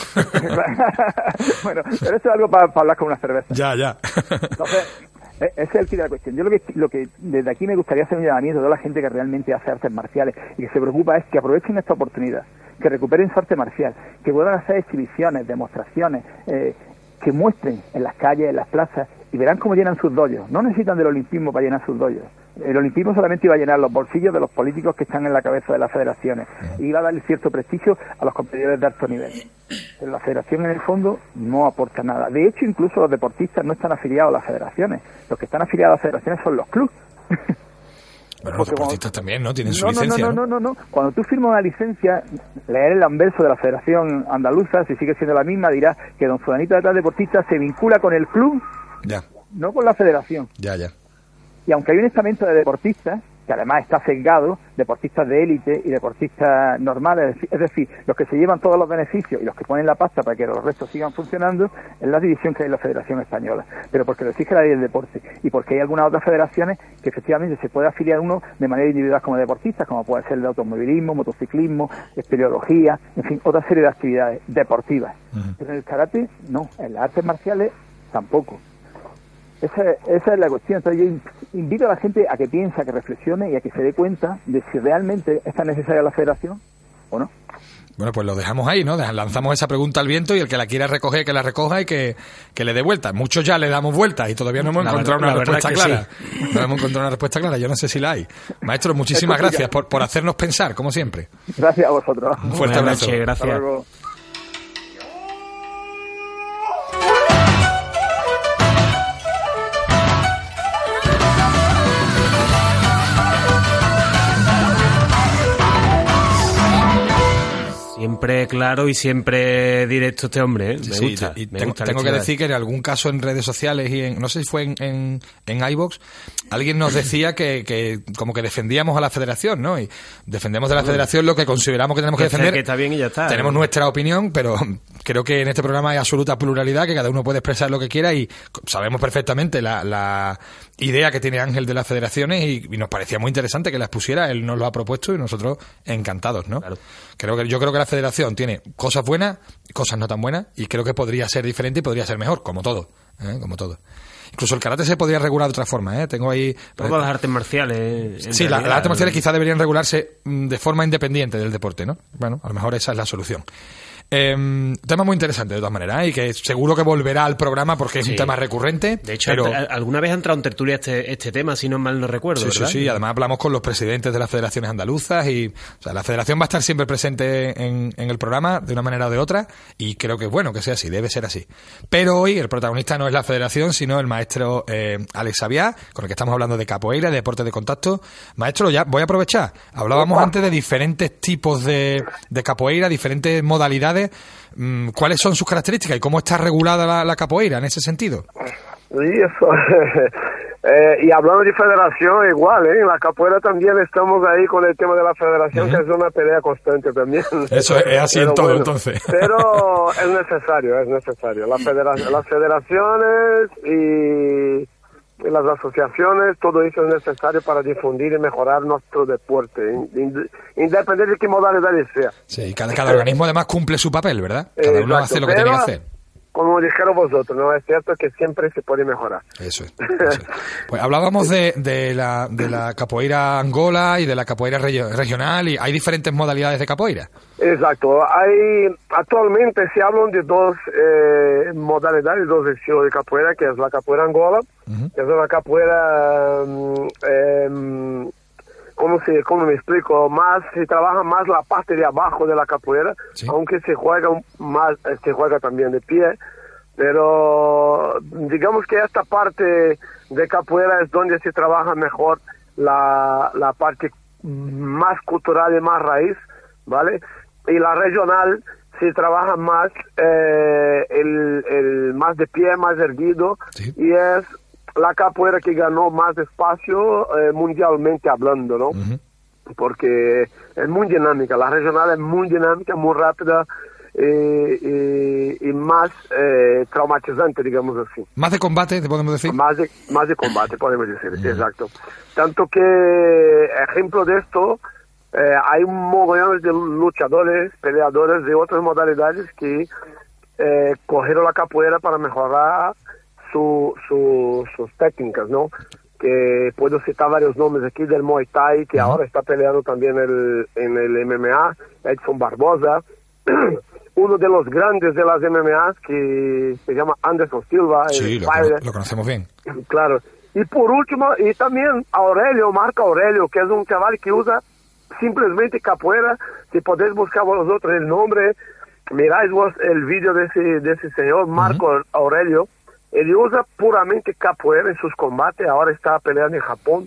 Bueno, pero eso es algo para, para hablar con una cerveza. Ya, ya. Entonces, ese es el kit de la cuestión. Yo lo que, lo que desde aquí me gustaría hacer un llamamiento a toda la gente que realmente hace artes marciales y que se preocupa es que aprovechen esta oportunidad, que recuperen su arte marcial, que vuelvan a hacer exhibiciones, demostraciones, eh, que muestren en las calles, en las plazas, y verán cómo llenan sus dojos. No necesitan del olimpismo para llenar sus dojos. El olimpismo solamente iba a llenar los bolsillos de los políticos que están en la cabeza de las federaciones y iba a darle cierto prestigio a los competidores de alto nivel. Pero la federación en el fondo no aporta nada. De hecho, incluso los deportistas no están afiliados a las federaciones. Los que están afiliados a las federaciones son los clubes. Bueno, los deportistas cuando... también, ¿no? Tienen su no, licencia, no, no, no, no, no. Cuando tú firmas una licencia, leer el anverso de la Federación Andaluza, si sigue siendo la misma, dirá que don fulanito de tal deportista se vincula con el club, ya, no con la federación. Ya, ya. Y aunque hay un estamento de deportistas, que además está sesgado, deportistas de élite y deportistas normales, es decir, los que se llevan todos los beneficios y los que ponen la pasta para que los restos sigan funcionando, es la división que hay en la Federación Española. Pero porque lo exige la ley del deporte y porque hay algunas otras federaciones que efectivamente se puede afiliar uno de manera individual como deportistas, como puede ser el de automovilismo, motociclismo, espeleología, en fin, otra serie de actividades deportivas. Uh-huh. Pero en el karate, no, en las artes marciales tampoco. Esa, esa es la cuestión. Entonces yo invito a la gente a que piense, a que reflexione y a que se dé cuenta de si realmente está necesaria la federación o no. Bueno, pues lo dejamos ahí, ¿no? Lanzamos esa pregunta al viento y el que la quiera recoger, que la recoja y que, que le dé vuelta. Muchos ya le damos vuelta y todavía no hemos la encontrado verdad, una respuesta clara. Sí. No hemos encontrado una respuesta clara. Yo no sé si la hay. Maestro, muchísimas gracias por, por hacernos pensar, como siempre. Gracias a vosotros. Un fuerte abrazo. Noche, gracias. Siempre claro y siempre directo este hombre, ¿eh? Sí, me sí, gusta. y me tengo, gusta tengo que este decir que en algún caso en redes sociales y en, no sé si fue en, en, en iVoox, alguien nos decía que, que como que defendíamos a la federación, ¿no? Y defendemos de la federación lo que consideramos que tenemos que defender. Que está bien y ya está. Tenemos ¿eh? nuestra opinión, pero creo que en este programa hay absoluta pluralidad, que cada uno puede expresar lo que quiera y sabemos perfectamente la, la idea que tiene Ángel de las federaciones y, y nos parecía muy interesante que las pusiera. Él nos lo ha propuesto y nosotros encantados, ¿no? Claro. Creo que yo creo que la federación tiene cosas buenas, cosas no tan buenas, y creo que podría ser diferente y podría ser mejor, como todo, ¿eh? Como todo. Incluso el karate se podría regular de otra forma, ¿eh? Tengo ahí... Todas las artes marciales. Sí, la, las artes marciales quizás deberían regularse de forma independiente del deporte, ¿no? Bueno, a lo mejor esa es la solución. Eh, tema muy interesante de todas maneras, ¿eh? Y que seguro que volverá al programa porque es sí. un tema recurrente. De hecho, pero... alguna vez ha entrado en tertulia este, este tema, si no mal no recuerdo, sí, ¿verdad? Sí, sí, además hablamos con los presidentes de las federaciones andaluzas y o sea, la federación va a estar siempre presente en, en el programa de una manera o de otra y creo que es bueno que sea así, debe ser así. Pero hoy el protagonista no es la federación, sino el maestro eh, Alex Aviá, con el que estamos hablando de capoeira, de deporte de contacto. Maestro, ya voy a aprovechar. Hablábamos antes de diferentes tipos de, de capoeira, diferentes modalidades. ¿Cuáles son sus características y cómo está regulada la, la capoeira en ese sentido? Sí, eso. eh, y hablando de federación, igual, ¿eh? En la capoeira también estamos ahí con el tema de la federación, uh-huh. que es una pelea constante también. Eso es, es así pero en todo, bueno, entonces. Pero es necesario, es necesario. La federa- las federaciones y... las asociaciones, todo eso es necesario para difundir y mejorar nuestro deporte, independientemente de qué modalidad sea. Sí, cada, cada organismo además cumple su papel, ¿verdad? Cada Exacto, uno hace lo que tiene que hacer. Como dijeron vosotros, no es cierto que siempre se puede mejorar. Eso es. Eso es. Pues hablábamos de, de, la, de la capoeira Angola y de la capoeira re- regional y hay diferentes modalidades de capoeira. Exacto. Hay actualmente se hablan de dos eh, modalidades, dos estilos de capoeira, que es la capoeira Angola, uh-huh. que es una capoeira eh, ¿Cómo, se, ¿Cómo me explico? Más se trabaja más la parte de abajo de la capoeira, sí. aunque se juega más, se juega también de pie, pero digamos que esta parte de capoeira es donde se trabaja mejor la, la parte más cultural y más raíz, ¿vale? Y la regional se trabaja más eh, el, el más de pie, más erguido, sí. y es la capoeira que ganó más espacio eh, mundialmente hablando, ¿no? Uh-huh. Porque es muy dinámica, la regional es muy dinámica, muy rápida eh, y, y más eh, traumatizante, digamos así. Más de combate, ¿te podemos decir? Más de, más de combate, podemos decir, uh-huh. exacto. Tanto que, ejemplo de esto, eh, hay un mogollón de luchadores, peleadores de otras modalidades que eh, cogieron la capoeira para mejorar Su, su, sus técnicas, ¿no? Que puedo citar varios nombres aquí del Muay Thai, que uh-huh. ahora está peleando también el, en el M M A, Edson Barbosa, uno de los grandes de las M M As que se llama Anderson Silva. Sí, lo, cono- lo conocemos bien. Claro. Y por último, y también Aurelio, Marco Aurelio, que es un chaval que usa simplemente capoeira. Si podéis buscar vosotros el nombre, miráis vos el vídeo de ese, de ese señor, Marco uh-huh. Aurelio. Él usa puramente capoeira en sus combates, ahora está peleando en Japón.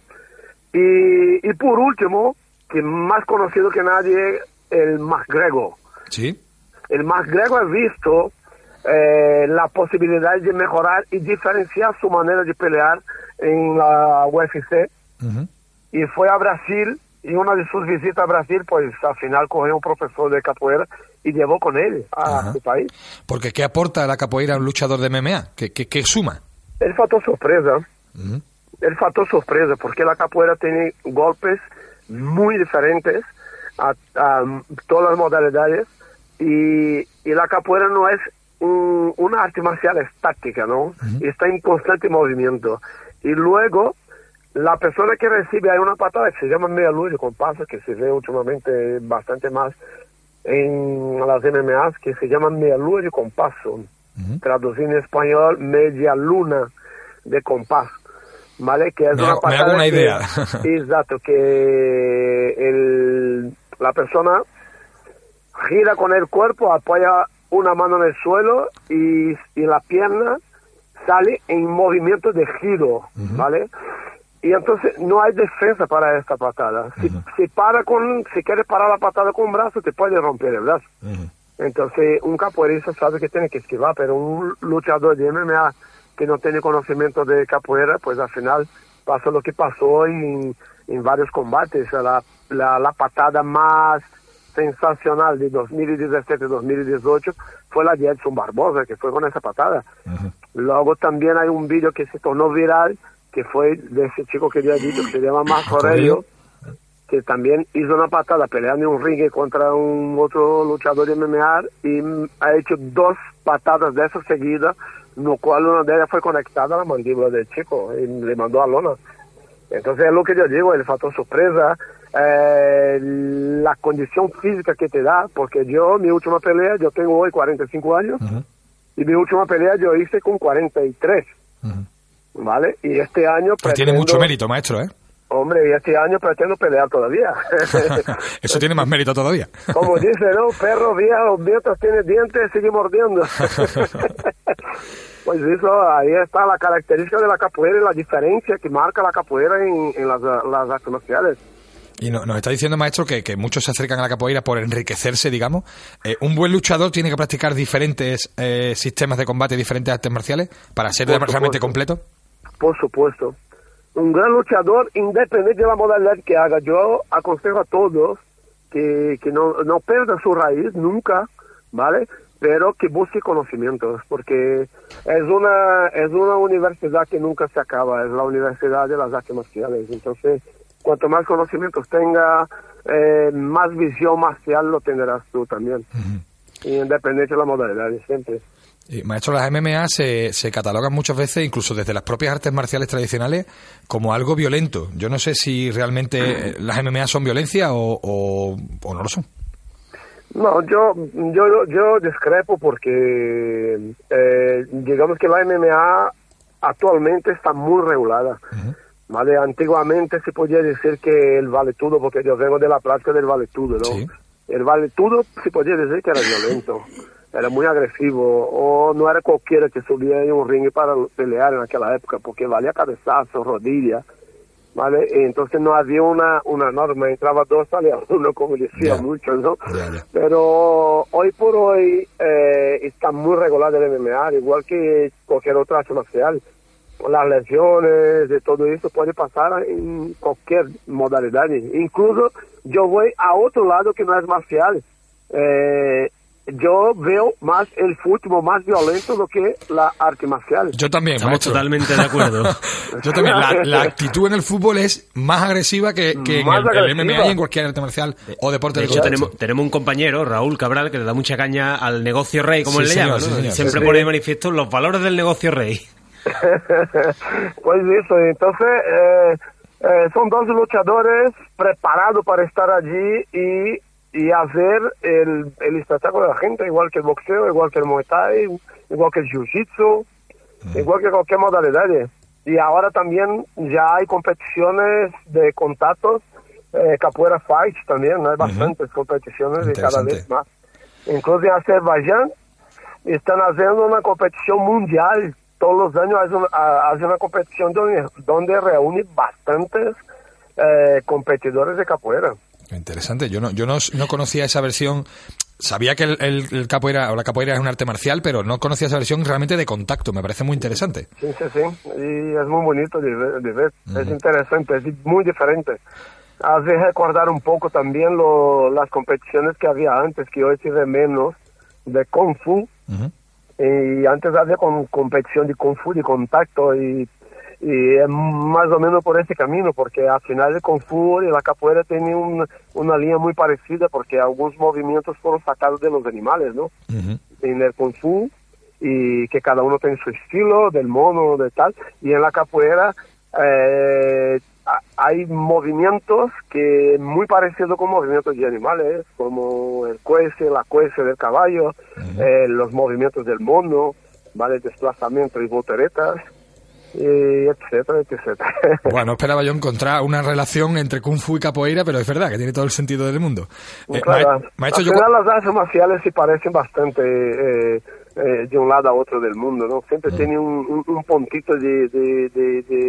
Y, y por último, que más conocido que nadie, el McGregor. Sí. El McGregor ha visto eh, la posibilidad de mejorar y diferenciar su manera de pelear en la U F C. Uh-huh. Y fue a Brasil, y una de sus visitas a Brasil, pues al final cogió un profesor de capoeira y llevó con él a Ajá. su país. Porque ¿qué aporta la capoeira a un luchador de M M A? ¿Qué, qué, qué suma? El factor sorpresa. Uh-huh. El factor sorpresa, porque la capoeira tiene golpes muy diferentes a, a todas las modalidades y, y la capoeira no es un, una arte marcial estática, ¿no? Uh-huh. Está en constante movimiento. Y luego la persona que recibe hay una patada que se llama media luz de compaso, que se ve últimamente bastante más en las M M As, que se llama media luz de compaso, uh-huh. traducido en español, media luna de compás, ¿vale? Que es me una hago, patada me hago una que, idea. exacto, que el, la persona gira con el cuerpo, apoya una mano en el suelo y, y la pierna sale en movimiento de giro, uh-huh. ¿vale? y entonces no hay defensa para esta patada. Si, uh-huh. si, para con, si quieres parar la patada con un brazo, te puede romper el brazo. Uh-huh. Entonces, un capoeirista sabe que tiene que esquivar, pero un luchador de M M A que no tiene conocimiento de capoeira, pues al final pasa lo que pasó en, en varios combates. La, la, la patada más sensacional de dos mil diecisiete dos mil dieciocho fue la de Edson Barbosa, que fue con esa patada. Uh-huh. Luego también hay un vídeo que se tornó viral, que fue de ese chico que ya he dicho, que se llama Marco Aurelio, que también hizo una patada peleando en un ring contra un otro luchador de M M A y ha hecho dos patadas de esas seguidas, no cual una de ellas fue conectada a la mandíbula del chico y le mandó a lona. Entonces es lo que yo digo, el factor sorpresa, eh, la condición física que te da, porque yo, mi última pelea, yo tengo hoy cuarenta y cinco años, uh-huh. y mi última pelea yo hice con cuarenta y tres, uh-huh. ¿vale? Y este año... Pues pretendo... Tiene mucho mérito, maestro, ¿eh? Hombre, y este año pretendo pelear todavía. Eso tiene más mérito todavía. Como dice, ¿no? Perro viejo, mientras tiene dientes, sigue mordiendo. Pues eso, ahí está la característica de la capoeira y la diferencia que marca la capoeira en, en las, las artes marciales. Y no, nos está diciendo, maestro, que, que muchos se acercan a la capoeira por enriquecerse, digamos. Eh, ¿Un buen luchador tiene que practicar diferentes eh, sistemas de combate, diferentes artes marciales, para ser realmente completo? Por supuesto. Un gran luchador, independiente de la modalidad que haga, yo aconsejo a todos que, que no, no pierdan su raíz nunca, ¿vale? Pero que busque conocimientos, porque es una, es una universidad que nunca se acaba, es la universidad de las artes marciales. Entonces, cuanto más conocimientos tenga, eh, más visión marcial lo tendrás tú también, uh-huh. independiente de la modalidad, siempre. Y, maestro, las M M A se, se catalogan muchas veces, incluso desde las propias artes marciales tradicionales, como algo violento. Yo no sé si realmente las M M A son violencia o, o, o no lo son. No, yo yo yo discrepo porque eh, digamos que la M M A actualmente está muy regulada. Uh-huh. ¿Vale? Antiguamente se podía decir que el valetudo, porque yo vengo de la práctica del valetudo, ¿no? Sí. El valetudo se podía decir que era violento. Era muy agresivo, o no era cualquiera que subía en un ring para pelear en aquella época, porque valía cabezazo, rodilla, ¿vale? Y entonces no había una, una norma, entraba dos, salía uno, como decía yeah. mucho, ¿no? Yeah, yeah. Pero hoy por hoy eh, está muy regulado el M M A, igual que cualquier otra arte marcial. Las lesiones y todo eso puede pasar en cualquier modalidad. Incluso yo voy a otro lado que no es marcial. Eh, yo veo más el fútbol más violento do que la arte marcial. Yo también, estamos maestro. Totalmente de acuerdo. Yo también. La, la actitud en el fútbol es más agresiva que, que en el, el M M A y en cualquier arte marcial o deporte de, de hecho, tenemos, tenemos un compañero, Raúl Cabral, que le da mucha caña al negocio rey, como sí, él le señor, llama, sí, ¿no? señor, Siempre sí. pone de manifiesto los valores del negocio rey. Pues eso, entonces eh, eh, son dos luchadores preparados para estar allí y, y hacer el, el espectáculo de la gente, igual que el boxeo, igual que el Muay Thai, igual que el Jiu-Jitsu, mm. igual que cualquier modalidad. Y ahora también ya hay competiciones de contactos, eh, capoeira fight también, ¿no? Hay bastantes uh-huh. competiciones y cada vez más. Incluso en Azerbaiyán están haciendo una competición mundial. Todos los años hace una, hace una competición donde, donde reúne bastantes eh, competidores de capoeira. Interesante. Yo no yo no, no conocía esa versión. Sabía que el, el, el capoeira o la capoeira es un arte marcial, pero no conocía esa versión realmente de contacto. Me parece muy interesante. Sí, sí, sí. Y es muy bonito de ver. De ver. Uh-huh. Es interesante, es muy diferente. Hace recordar un poco también lo, las competiciones que había antes, que hoy se ve menos, de Kung Fu. Uh-huh. Y antes había con, competición de Kung Fu, de contacto, y, y es más o menos por ese camino, porque al final el Kung Fu y la capoeira tienen un, una línea muy parecida, porque algunos movimientos fueron sacados de los animales, ¿no? Uh-huh. En el Kung Fu, y que cada uno tiene su estilo, del mono, de tal, y en la capoeira eh, hay movimientos que muy parecidos con movimientos de animales, como el cuece, la cuece del caballo, uh-huh. eh, los movimientos del mono, ¿vale? Desplazamiento y volteretas, y etcétera, etcétera. Bueno, esperaba yo encontrar una relación entre Kung Fu y capoeira, pero es verdad que tiene todo el sentido del mundo. Eh, claro, ma- maestro, al final yo... las artes marciales se parecen bastante eh, eh, de un lado a otro del mundo, ¿no? Siempre uh-huh. tiene un, un, un puntito de... de, de, de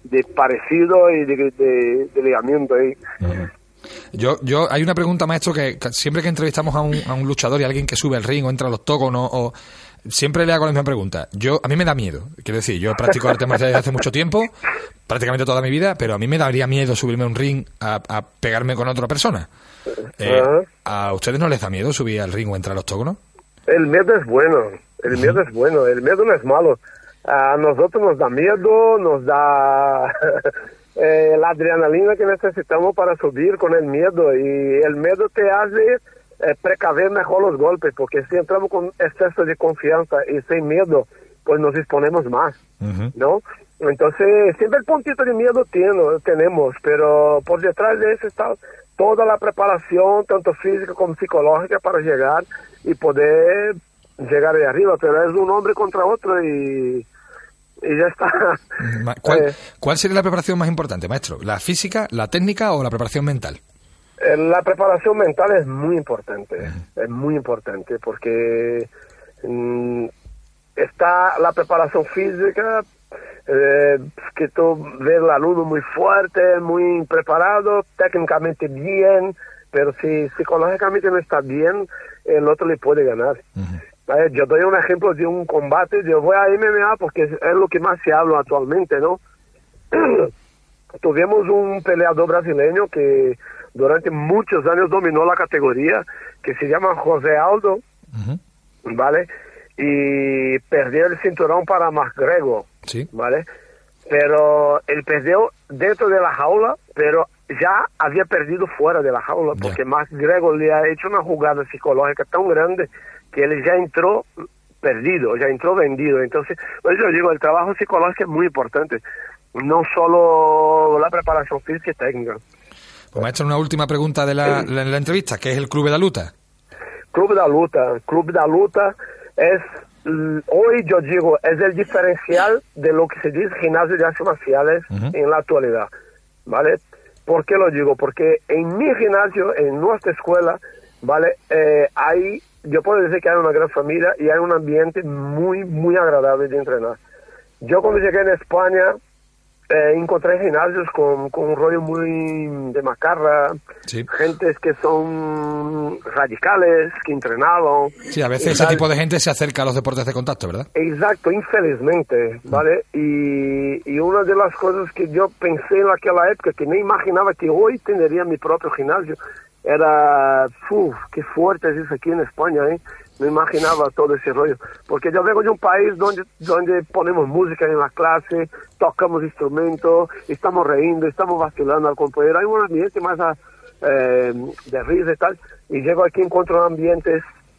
de parecido y de, de, de ligamiento ahí. Uh-huh. Yo, yo, hay una pregunta, maestro, que siempre que entrevistamos a un, a un luchador y a alguien que sube al ring o entra a los tocos, ¿no? o siempre le hago la misma pregunta. Yo, a mí me da miedo. Quiero decir, yo practico artes marciales desde hace mucho tiempo, prácticamente toda mi vida, pero a mí me daría miedo subirme a un ring a, a pegarme con otra persona. Eh, uh-huh. ¿A ustedes no les da miedo subir al ring o entrar a los tocos, no? El miedo es bueno, el uh-huh. miedo es bueno, el miedo no es malo. A nosotros nos da miedo, nos da eh, la adrenalina que necesitamos para subir con el miedo, y el miedo te hace eh, precaver mejor los golpes, porque si entramos con exceso de confianza y sin miedo, pues nos exponemos más, uh-huh. ¿no? Entonces, siempre el puntito de miedo tiene, tenemos, pero por detrás de eso está toda la preparación, tanto física como psicológica, para llegar y poder llegar de arriba, pero es un hombre contra otro y... y ya está. ¿Cuál, eh, ¿Cuál sería la preparación más importante, maestro? ¿La física, la técnica o la preparación mental? Eh, la preparación mental es muy importante, uh-huh. es muy importante, porque mmm, está la preparación física, eh, que tú ves al alumno muy fuerte, muy preparado, técnicamente bien, pero si psicológicamente no está bien, el otro le puede ganar. Uh-huh. Yo doy un ejemplo de un combate, yo voy a M M A porque es lo que más se habla actualmente, ¿no? Tuvimos un peleador brasileño que durante muchos años dominó la categoría, que se llama José Aldo, uh-huh. ¿vale? Y perdió el cinturón para McGregor, sí. ¿vale? Pero él perdió dentro de la jaula, pero ya había perdido fuera de la jaula, porque yeah. McGregor le ha hecho una jugada psicológica tan grande que él ya entró perdido, ya entró vendido. Entonces, pues yo digo, el trabajo psicológico es muy importante, no solo la preparación física y técnica. Pues maestro, una última pregunta de la, la, la entrevista, ¿qué es el Club de la Luta? Club de la Luta, Club de la Luta es, hoy yo digo, es el diferencial de lo que se dice gimnasio de artes marciales uh-huh. en la actualidad, ¿vale? ¿Por qué lo digo? Porque en mi gimnasio, en nuestra escuela, ¿vale? Eh, hay... Yo puedo decir que hay una gran familia y hay un ambiente muy, muy agradable de entrenar. Yo cuando llegué en España eh, encontré gimnasios con, con un rollo muy de macarra, sí. gentes que son radicales, que entrenaban. Sí, a veces ese tipo de gente se acerca a los deportes de contacto, ¿verdad? Exacto, infelizmente, ¿vale? Y, y una de las cosas que yo pensé en aquella época, que no imaginaba que hoy tendría mi propio gimnasio, era, uff, qué fuerte es eso aquí en España, ¿eh? No imaginaba todo ese rollo, porque yo vengo de un país donde donde ponemos música en la clase, tocamos instrumentos, estamos riendo, estamos vacilando al compañero, hay un ambiente más a, eh, de risa y tal, y llego aquí y encuentro ambientes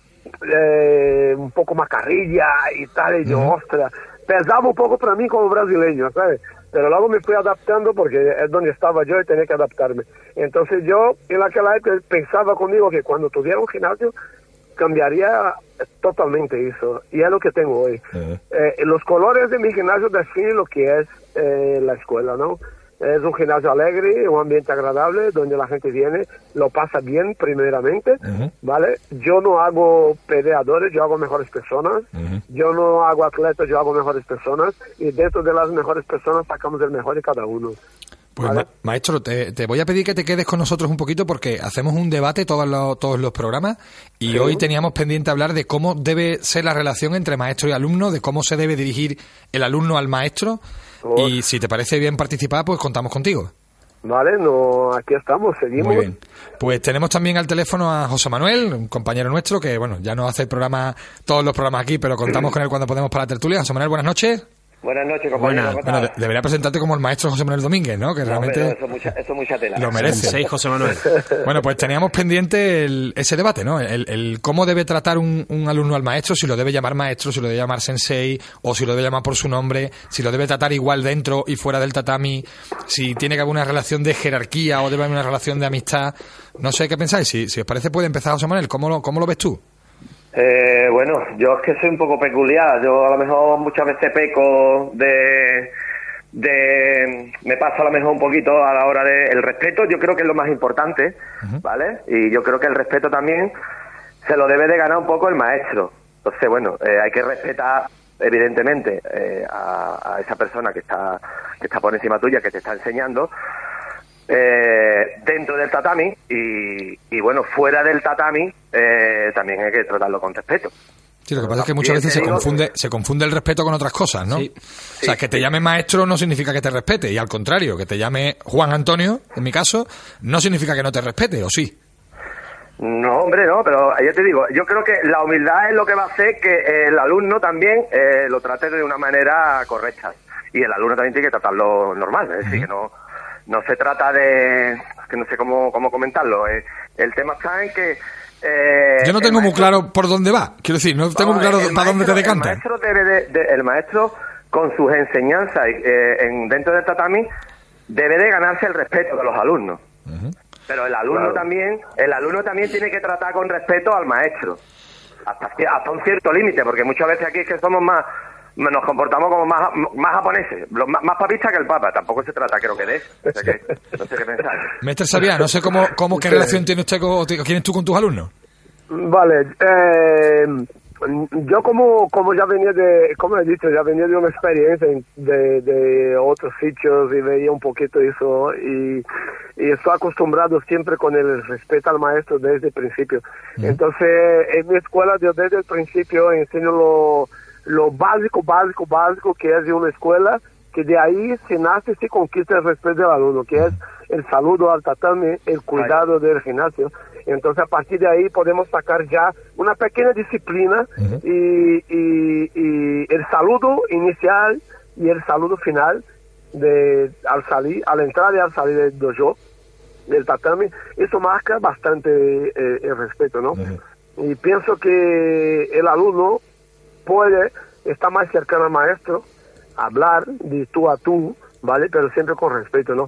eh, un poco macarrilla y tal, y yo, uh-huh. ostras, pesaba un poco para mí como brasileño, ¿sabes? Pero luego me fui adaptando porque es donde estaba yo y tenía que adaptarme. Entonces yo en aquella época pensaba conmigo que cuando tuviera un gimnasio cambiaría totalmente eso. Y es lo que tengo hoy. Uh-huh. Eh, los colores de mi gimnasio definen lo que es eh, la escuela, ¿no? Es un gimnasio alegre, un ambiente agradable, donde la gente viene, lo pasa bien primeramente, uh-huh. ¿vale? Yo no hago peleadores, yo hago mejores personas. Uh-huh. Yo no hago atletas, yo hago mejores personas. Y dentro de las mejores personas sacamos el mejor de cada uno. Pues ¿vale? ma- maestro, te, te voy a pedir que te quedes con nosotros un poquito porque hacemos un debate todos los, todos los programas y sí. hoy teníamos pendiente hablar de cómo debe ser la relación entre maestro y alumno, de cómo se debe dirigir el alumno al maestro. Oh. Y si te parece bien participar, pues contamos contigo. Vale, no, aquí estamos, seguimos. Muy bien. Pues tenemos también al teléfono a José Manuel, un compañero nuestro que, bueno, ya no hace el programa, todos los programas aquí, pero contamos con él cuando podemos para la tertulia. José Manuel, buenas noches. Buenas noches, compañero. Buenas. Bueno, de- debería presentarte como el maestro José Manuel Domínguez, ¿no? Que no, realmente pero eso, mucha, eso mucha tela. lo merece. Seis, José Manuel. Bueno, pues teníamos pendiente el, ese debate, ¿no? El, el cómo debe tratar un, un alumno al maestro, si lo debe llamar maestro, si lo debe llamar sensei, o si lo debe llamar por su nombre, si lo debe tratar igual dentro y fuera del tatami, si tiene que haber una relación de jerarquía o debe haber una relación de amistad. No sé qué pensáis. Si, si os parece, puede empezar José Manuel. ¿Cómo lo, cómo lo ves tú? Eh, bueno, yo es que soy un poco peculiar. Yo a lo mejor muchas veces peco de... de me pasa a lo mejor un poquito a la hora de el respeto. Yo creo que es lo más importante, uh-huh. ¿vale? Y yo creo que el respeto también se lo debe de ganar un poco el maestro. Entonces, bueno, eh, hay que respetar evidentemente, eh, a, a esa persona que está que está por encima tuya, que te está enseñando, eh, dentro del tatami y, y bueno, fuera del tatami eh, también hay que tratarlo con respeto. Sí, lo que pasa es que muchas veces se confunde se confunde el respeto con otras cosas, ¿no? Sí. O sea, que te llame maestro no significa que te respete, y al contrario, que te llame Juan Antonio, en mi caso, no significa que no te respete, ¿o sí? No, hombre, no, pero ya te digo, yo creo que la humildad es lo que va a hacer que el alumno también eh, lo trate de una manera correcta. Y el alumno también tiene que tratarlo normal, es decir, uh-huh. que no no se trata de... que no sé cómo, cómo comentarlo. Eh, el tema está en que... Eh, yo no tengo maestro, muy claro por dónde va, quiero decir, no tengo muy claro para maestro, dónde te decantas. El maestro, debe de, de, el maestro con sus enseñanzas eh, en, dentro del tatami, debe de ganarse el respeto de los alumnos. Uh-huh. Pero el alumno claro. también el alumno también tiene que tratar con respeto al maestro, hasta, hasta un cierto límite, porque muchas veces aquí es que somos más, nos comportamos como más, más japoneses, los más, más papistas que el papa. Tampoco se trata, creo que de eso. No sé qué, no sé qué pensar. Maestro Sabia, no sé cómo, cómo qué relación tiene usted con, tienes tú con tus alumnos. Vale, eh, yo como como ya venía de, como he dicho, ya venía de una experiencia de, de otros sitios y veía un poquito eso y, y estoy acostumbrado siempre con el respeto al maestro desde el principio. Mm. Entonces, en mi escuela yo desde el principio enseño lo, lo básico, básico, básico que es de una escuela, que de ahí se nace y se conquista el respeto del alumno, que es el saludo al tatami, el cuidado del gimnasio. Entonces, a partir de ahí podemos sacar ya una pequeña disciplina uh-huh. y, y, y el saludo inicial y el saludo final de al salir, al entrar y al salir del dojo, del tatami. Eso marca bastante eh, el respeto, ¿no? Uh-huh. Y pienso que el alumno puede estar más cercano al maestro, hablar de tú a tú, ¿vale? Pero siempre con respeto, ¿no?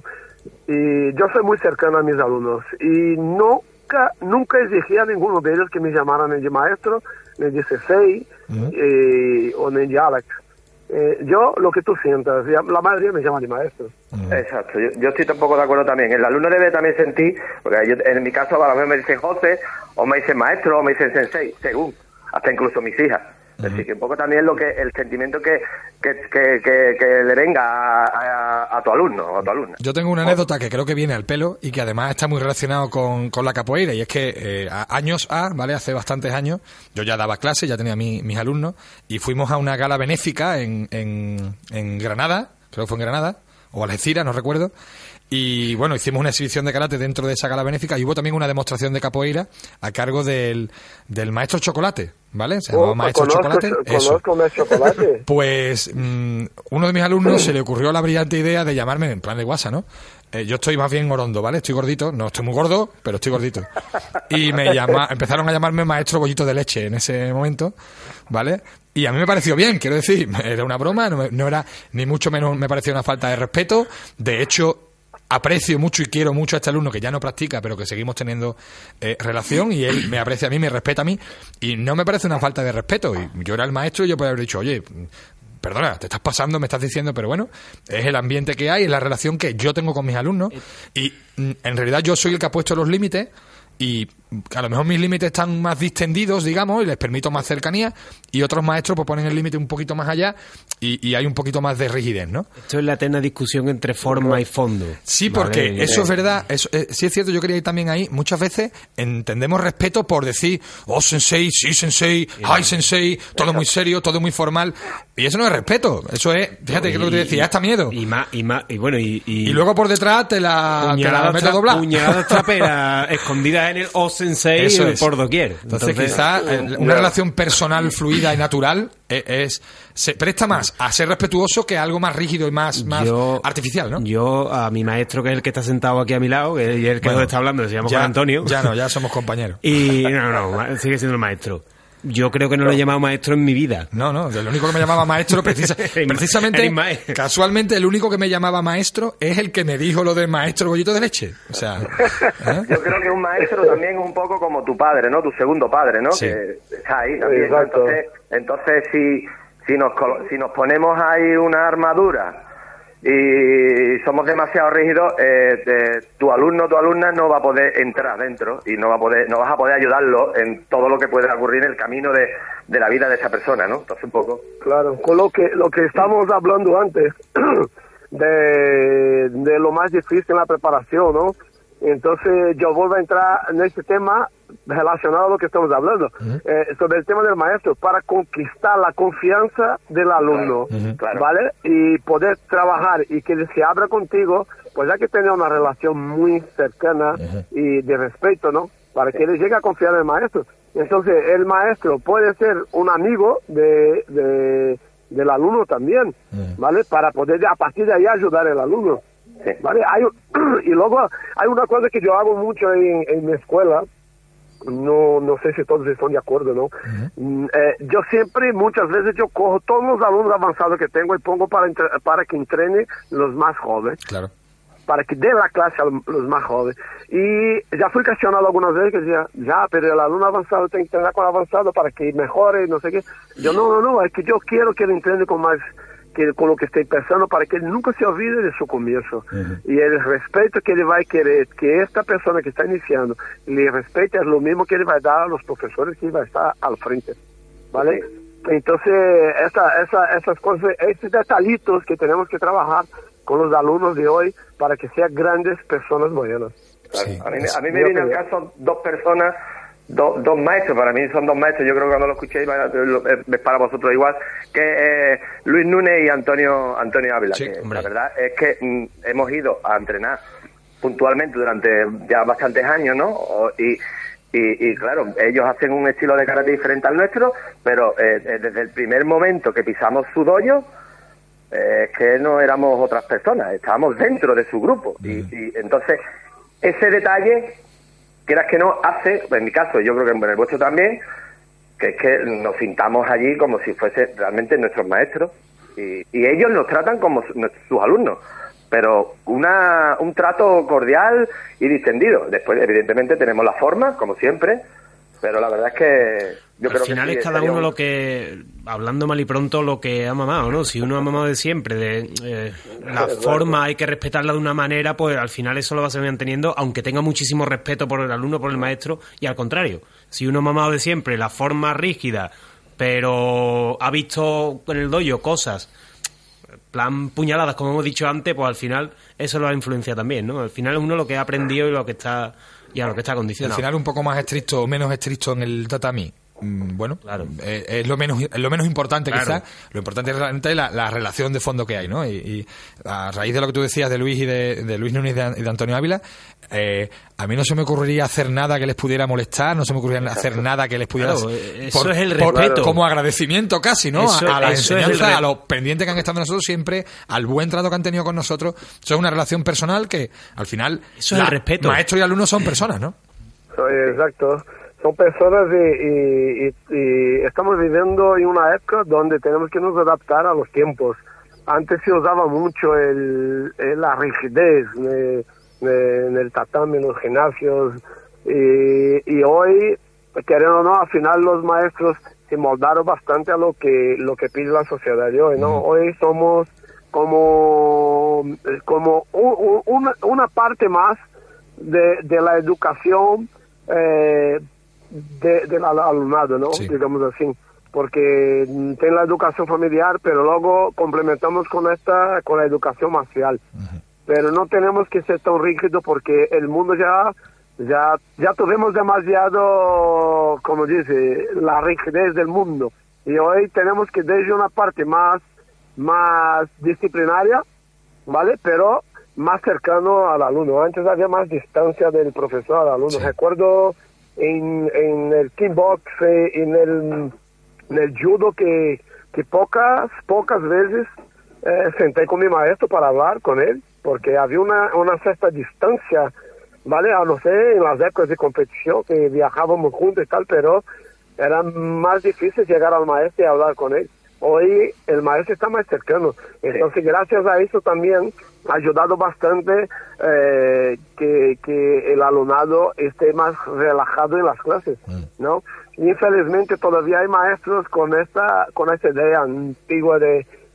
Y yo soy muy cercano a mis alumnos y no Nunca, nunca exigí a ninguno de ellos que me llamaran ni de maestro, ni de sensei, uh-huh. eh, o ni de Alex. Eh, yo, lo que tú sientas, la mayoría me llama de maestro. Uh-huh. Exacto, yo, yo estoy tampoco de acuerdo también. El alumno debe también sentir, porque yo, en mi caso a lo mejor me dicen José, o me dicen maestro, o me dicen sensei, según, hasta incluso mis hijas. Uh-huh. Es decir, que un poco también lo que el sentimiento que, que, que, que, que le venga a, a, a tu alumno o a tu alumna. Yo tengo una anécdota que creo que viene al pelo y que además está muy relacionado con, con la capoeira, y es que eh, a años A, ¿vale? Hace bastantes años, yo ya daba clases, ya tenía mi, mis alumnos, y fuimos a una gala benéfica en, en, en Granada, creo que fue en Granada, o Algeciras, no recuerdo. Y bueno, hicimos una exhibición de karate dentro de esa gala benéfica y hubo también una demostración de capoeira a cargo del, del maestro Chocolate, ¿vale? Se llamaba oh, Maestro conozco, Chocolate. Conozco Maestro Chocolate. Pues mmm, uno de mis alumnos se le ocurrió la brillante idea de llamarme en plan de guasa, ¿no? Eh, yo estoy más bien orondo, ¿vale? Estoy gordito, no estoy muy gordo, pero estoy gordito. Y me llama, empezaron a llamarme Maestro Bollito de Leche en ese momento, ¿vale? Y a mí me pareció bien, quiero decir, era una broma, no, me, no era ni mucho menos me pareció una falta de respeto. De hecho, aprecio mucho y quiero mucho a este alumno que ya no practica, pero que seguimos teniendo eh, relación, y él me aprecia a mí, me respeta a mí, y no me parece una falta de respeto. Y yo era el maestro y yo podría haber dicho, oye, perdona, te estás pasando, me estás diciendo, pero bueno, es el ambiente que hay, es la relación que yo tengo con mis alumnos, y en realidad yo soy el que ha puesto los límites, y a lo mejor mis límites están más distendidos, digamos, y les permito más cercanía, y otros maestros pues ponen el límite un poquito más allá y, y hay un poquito más de rigidez, ¿no? Esto es la eterna discusión entre forma y fondo. Sí, porque vale, eso es verdad, eso, eh, sí es cierto, yo quería ir también ahí, muchas veces entendemos respeto por decir, oh, sensei, sí, sensei, hi, sensei, todo muy serio, todo muy formal, y eso no es respeto, eso es, fíjate, no, que es lo que te decía, hasta miedo. Y más, y más, y bueno, y... Y, y luego por detrás te la, te la meto doblada. Puñaladas traperas escondidas en el oh, sensei, eso es. Por doquier. Entonces, Entonces quizás eh, una relación personal fluida y natural es, es se presta más a ser respetuoso que a algo más rígido y más, más yo, artificial, ¿no? Yo, a mi maestro, que es el que está sentado aquí a mi lado, que es el que bueno, nos está hablando, se llama ya, Juan Antonio. Ya no, ya somos compañeros. Y no, no, sigue siendo el maestro. Yo creo que no, no lo he llamado maestro en mi vida. No, no, el único que me llamaba maestro, precisa, precisamente, casualmente, el único que me llamaba maestro es el que me dijo lo de maestro bollito de leche. O sea, ¿eh? Yo creo que un maestro también es un poco como tu padre, ¿no? Tu segundo padre, ¿no? Sí. Que está ahí también. Entonces, entonces si, si, nos, si nos ponemos ahí una armadura y somos demasiado rígidos, eh, eh, tu alumno o tu alumna no va a poder entrar dentro y no va a poder, no vas a poder ayudarlo en todo lo que pueda ocurrir en el camino de, de la vida de esa persona, ¿no? Entonces un poco. Claro, con lo que lo que estamos hablando antes de, de lo más difícil en la preparación, ¿no? Entonces yo vuelvo a entrar en este tema relacionado a lo que estamos hablando, uh-huh. eh, sobre el tema del maestro, para conquistar la confianza del alumno, uh-huh. claro. ¿vale? Y poder trabajar y que se abra contigo, pues hay que tener una relación muy cercana uh-huh. y de respeto, ¿no? Para que él llegue a confiar en el maestro. Entonces el maestro puede ser un amigo de, de del alumno también, uh-huh. ¿vale? Para poder a partir de ahí ayudar al alumno. Sí. Vale, hay, y luego hay una cosa que yo hago mucho en, en mi escuela, no no sé si todos están de acuerdo, ¿no? Uh-huh. Eh, yo siempre, muchas veces yo cojo todos los alumnos avanzados que tengo y pongo para, entre, para que entrene los más jóvenes. Claro. Para que dé la clase a los más jóvenes. Y ya fui cuestionado algunas veces que decía, ya, pero el alumno avanzado tiene que entrenar con el avanzado para que mejore, no sé qué. Yo, no, no, no, es que yo quiero que él entrene con más... Que, con lo que estoy pensando, para que él nunca se olvide de su comienzo. Uh-huh. Y el respeto que él va a querer que esta persona que está iniciando le respete es lo mismo que él va a dar a los profesores que va a estar al frente, ¿vale? Uh-huh. Entonces, esa, esa, esas cosas, estos detallitos que tenemos que trabajar con los alumnos de hoy para que sean grandes personas buenas. Claro. Sí, a mí, a mí me viene al caso dos personas, Do, dos maestros, para mí son dos maestros, yo creo que cuando lo escuchéis es para vosotros igual, que eh, Luis Núñez y Antonio Antonio Ávila. Sí, que la verdad es que mm, hemos ido a entrenar puntualmente durante ya bastantes años, ¿no? O, y, y, y claro, ellos hacen un estilo de karate diferente al nuestro, pero eh, desde el primer momento que pisamos su dojo, eh, es que no éramos otras personas, estábamos dentro de su grupo. Mm. Y, y entonces, ese detalle... quieras que no, hace, en mi caso, yo creo que en el vuestro también, que es que nos sintamos allí como si fuese realmente nuestros maestros y, y ellos nos tratan como su, sus alumnos, pero una un trato cordial y distendido. Después, evidentemente, tenemos la forma, como siempre, pero la verdad es que yo al creo final que sí, es cada uno un... lo que, hablando mal y pronto, lo que ha mamado, ¿no? Si uno ha mamado de siempre, de eh, la forma hay que respetarla de una manera, pues al final eso lo va a seguir manteniendo, aunque tenga muchísimo respeto por el alumno, por el maestro, y al contrario, si uno ha mamado de siempre la forma rígida, pero ha visto en el dojo cosas, plan puñaladas, como hemos dicho antes, pues al final eso lo ha influenciado también, ¿no? Al final es uno lo que ha aprendido y lo que está, y a lo que está condicionado. Al final un poco más estricto o menos estricto en el tatami. Bueno, claro. eh, es lo menos es lo menos importante, claro. Quizás. Lo importante es realmente la, la relación de fondo que hay, ¿no? Y, y a raíz de lo que tú decías de Luis y de, de Luis Núñez y de, y de Antonio Ávila, eh, a mí no se me ocurriría hacer nada que les pudiera molestar, no se me ocurriría Exacto. hacer nada que les pudiera... Claro, eso por, es el por, respeto. Como agradecimiento casi, ¿no? Eso, a, a la enseñanza, re... a los pendientes que han estado nosotros siempre, al buen trato que han tenido con nosotros. Eso es una relación personal que, al final... Eso es el respeto. Maestro y alumno son personas, ¿no? Exacto. Son personas y, y, y, y estamos viviendo en una época donde tenemos que nos adaptar a los tiempos. Antes se usaba mucho el, el la rigidez de, de, en el tatami, en los gimnasios, y, y hoy, queriendo o no, al final los maestros se moldaron bastante a lo que lo que pide la sociedad de hoy, ¿no? Mm. Hoy somos como, como un, una, una parte más de, de la educación eh, de, del alumnado, ¿no? Sí. Digamos así, porque tiene la educación familiar, pero luego complementamos con esta, con la educación marcial. Uh-huh. Pero no tenemos que ser tan rígidos porque el mundo ya, ya, ya tuvimos demasiado, como dice, la rigidez del mundo. Y hoy tenemos que desde una parte más, más disciplinaria, ¿vale? Pero más cercano al alumno. Antes había más distancia del profesor al alumno. Sí. Recuerdo en, en el kickbox, eh, en el, en el judo, que, que pocas, pocas veces eh, senté con mi maestro para hablar con él, porque había una, una cierta distancia, ¿vale? A no ser en las épocas de competición, que viajábamos juntos y tal, pero era más difícil llegar al maestro y hablar con él. Hoy el maestro está más cercano, entonces gracias a eso también ha ayudado bastante eh, que, que el alumnado esté más relajado en las clases, ¿no? Infelizmente todavía hay maestros con esta con esta idea antigua de,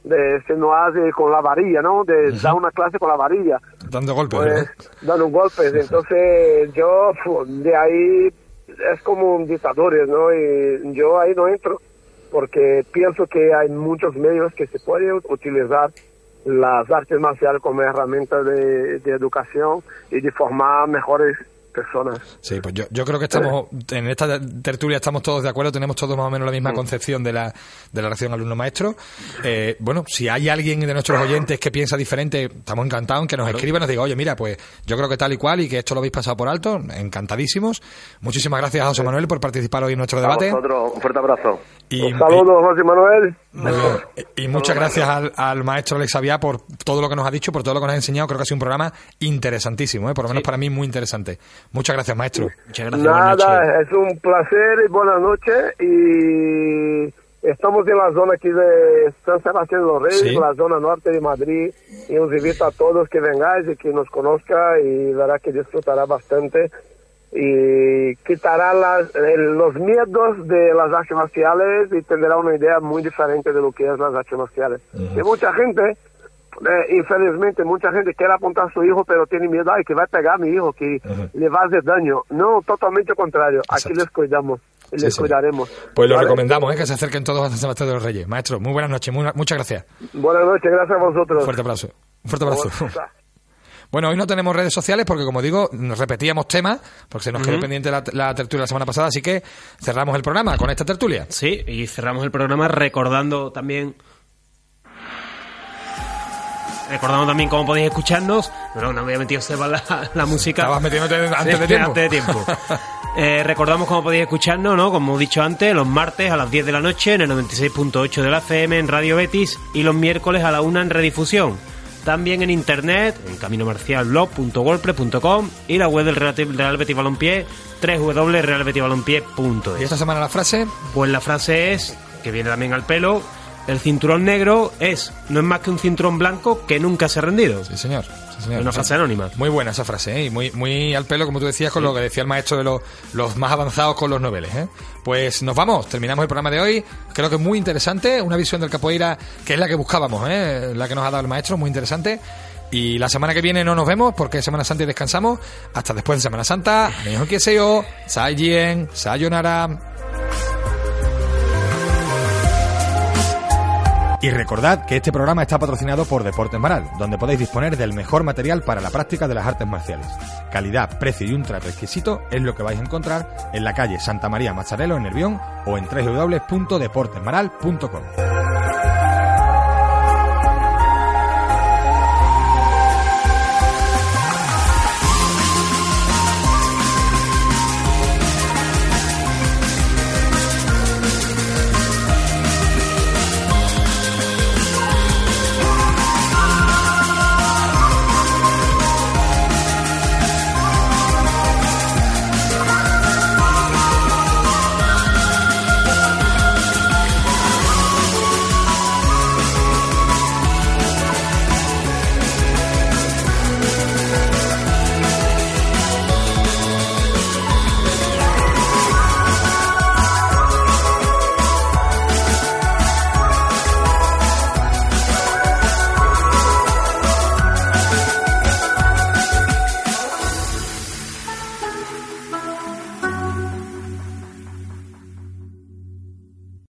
de se no hace con la varilla, ¿no? De uh-huh. dar una clase con la varilla. Dando golpes. Pues, dando golpes. Entonces yo de ahí es como un dictador, ¿no? Y yo ahí no entro porque pienso que hay muchos medios que se pueden utilizar las artes marciales como herramienta de, de educación y de formar mejores personas. Sí, pues yo, yo creo que estamos en esta tertulia estamos todos de acuerdo, tenemos todos más o menos la misma concepción de la, de la relación alumno-maestro. Eh, bueno, si hay alguien de nuestros oyentes que piensa diferente, estamos encantados en que nos escriba y nos diga, oye, mira, pues yo creo que tal y cual y que esto lo habéis pasado por alto, encantadísimos. Muchísimas gracias a José Manuel por participar hoy en nuestro debate. A vosotros, un fuerte abrazo. Y, un saludo, José Manuel. Y, y muchas gracias al, al maestro Alex Aviá por todo lo que nos ha dicho, por todo lo que nos ha enseñado. Creo que ha sido un programa interesantísimo, ¿eh? Por lo menos sí. Para mí muy interesante. Muchas gracias, maestro. Muchas gracias. Nada, es un placer y buenas noches. Y estamos en la zona aquí de San Sebastián de los Reyes, sí. La zona norte de Madrid. Y os invito a todos que vengáis y que nos conozca y verá que disfrutará bastante. Y quitará las, los miedos de las artes marciales y tendrá una idea muy diferente de lo que es las artes marciales. Uh-huh. Y mucha gente, eh, infelizmente, mucha gente quiere apuntar a su hijo, pero tiene miedo, ay, que va a pegar a mi hijo, que uh-huh. le va a hacer daño. No, totalmente contrario. Exacto. Aquí les cuidamos y sí, les sí. cuidaremos. Pues lo ¿vale? recomendamos, ¿eh? Que se acerquen todos a San Sebastián de los Reyes. Maestro, muy buenas noches, muy, muchas gracias. Buenas noches, gracias a vosotros. Un fuerte abrazo. Un fuerte abrazo. Bueno, hoy no tenemos redes sociales porque, como digo, nos repetíamos temas, porque se nos uh-huh. quedó pendiente la, la tertulia la semana pasada, así que cerramos el programa con esta tertulia. Sí, y cerramos el programa recordando también... Recordando también cómo podéis escucharnos. Bueno, no me había metido Seba la, la música. Estabas metiéndote antes de tiempo. Antes de tiempo. eh, recordamos cómo podéis escucharnos, ¿no? Como he dicho antes, los martes a las diez de la noche en el noventa y seis punto ocho de la F M en Radio Betis y los miércoles a la una en redifusión. También en internet, en camino marcial blog punto wordpress punto com y la web del Real Betis Balompié, doble u doble u doble punto real betis balompié punto es. ¿Y esta semana la frase? Pues la frase es, que viene también al pelo, el cinturón negro es no es más que un cinturón blanco que nunca se ha rendido. Sí, señor. Sí, señor. Es una frase anónima. Muy buena esa frase, ¿eh? Y muy, muy al pelo, como tú decías, con sí. lo que decía el maestro de los, los más avanzados con los noveles, ¿eh? Pues nos vamos, terminamos el programa de hoy. Creo que es muy interesante, una visión del capoeira que es la que buscábamos, ¿eh? La que nos ha dado el maestro, muy interesante. Y la semana que viene no nos vemos porque es Semana Santa y descansamos. Hasta después de Semana Santa. Mejor que seo, Saiyien, Sayonara. Y recordad que este programa está patrocinado por Deportes Maral, donde podéis disponer del mejor material para la práctica de las artes marciales. Calidad, precio y un trato exquisito es lo que vais a encontrar en la calle Santa María Mazzarello en Nervión o en doble u doble u doble u punto deportes maral punto com.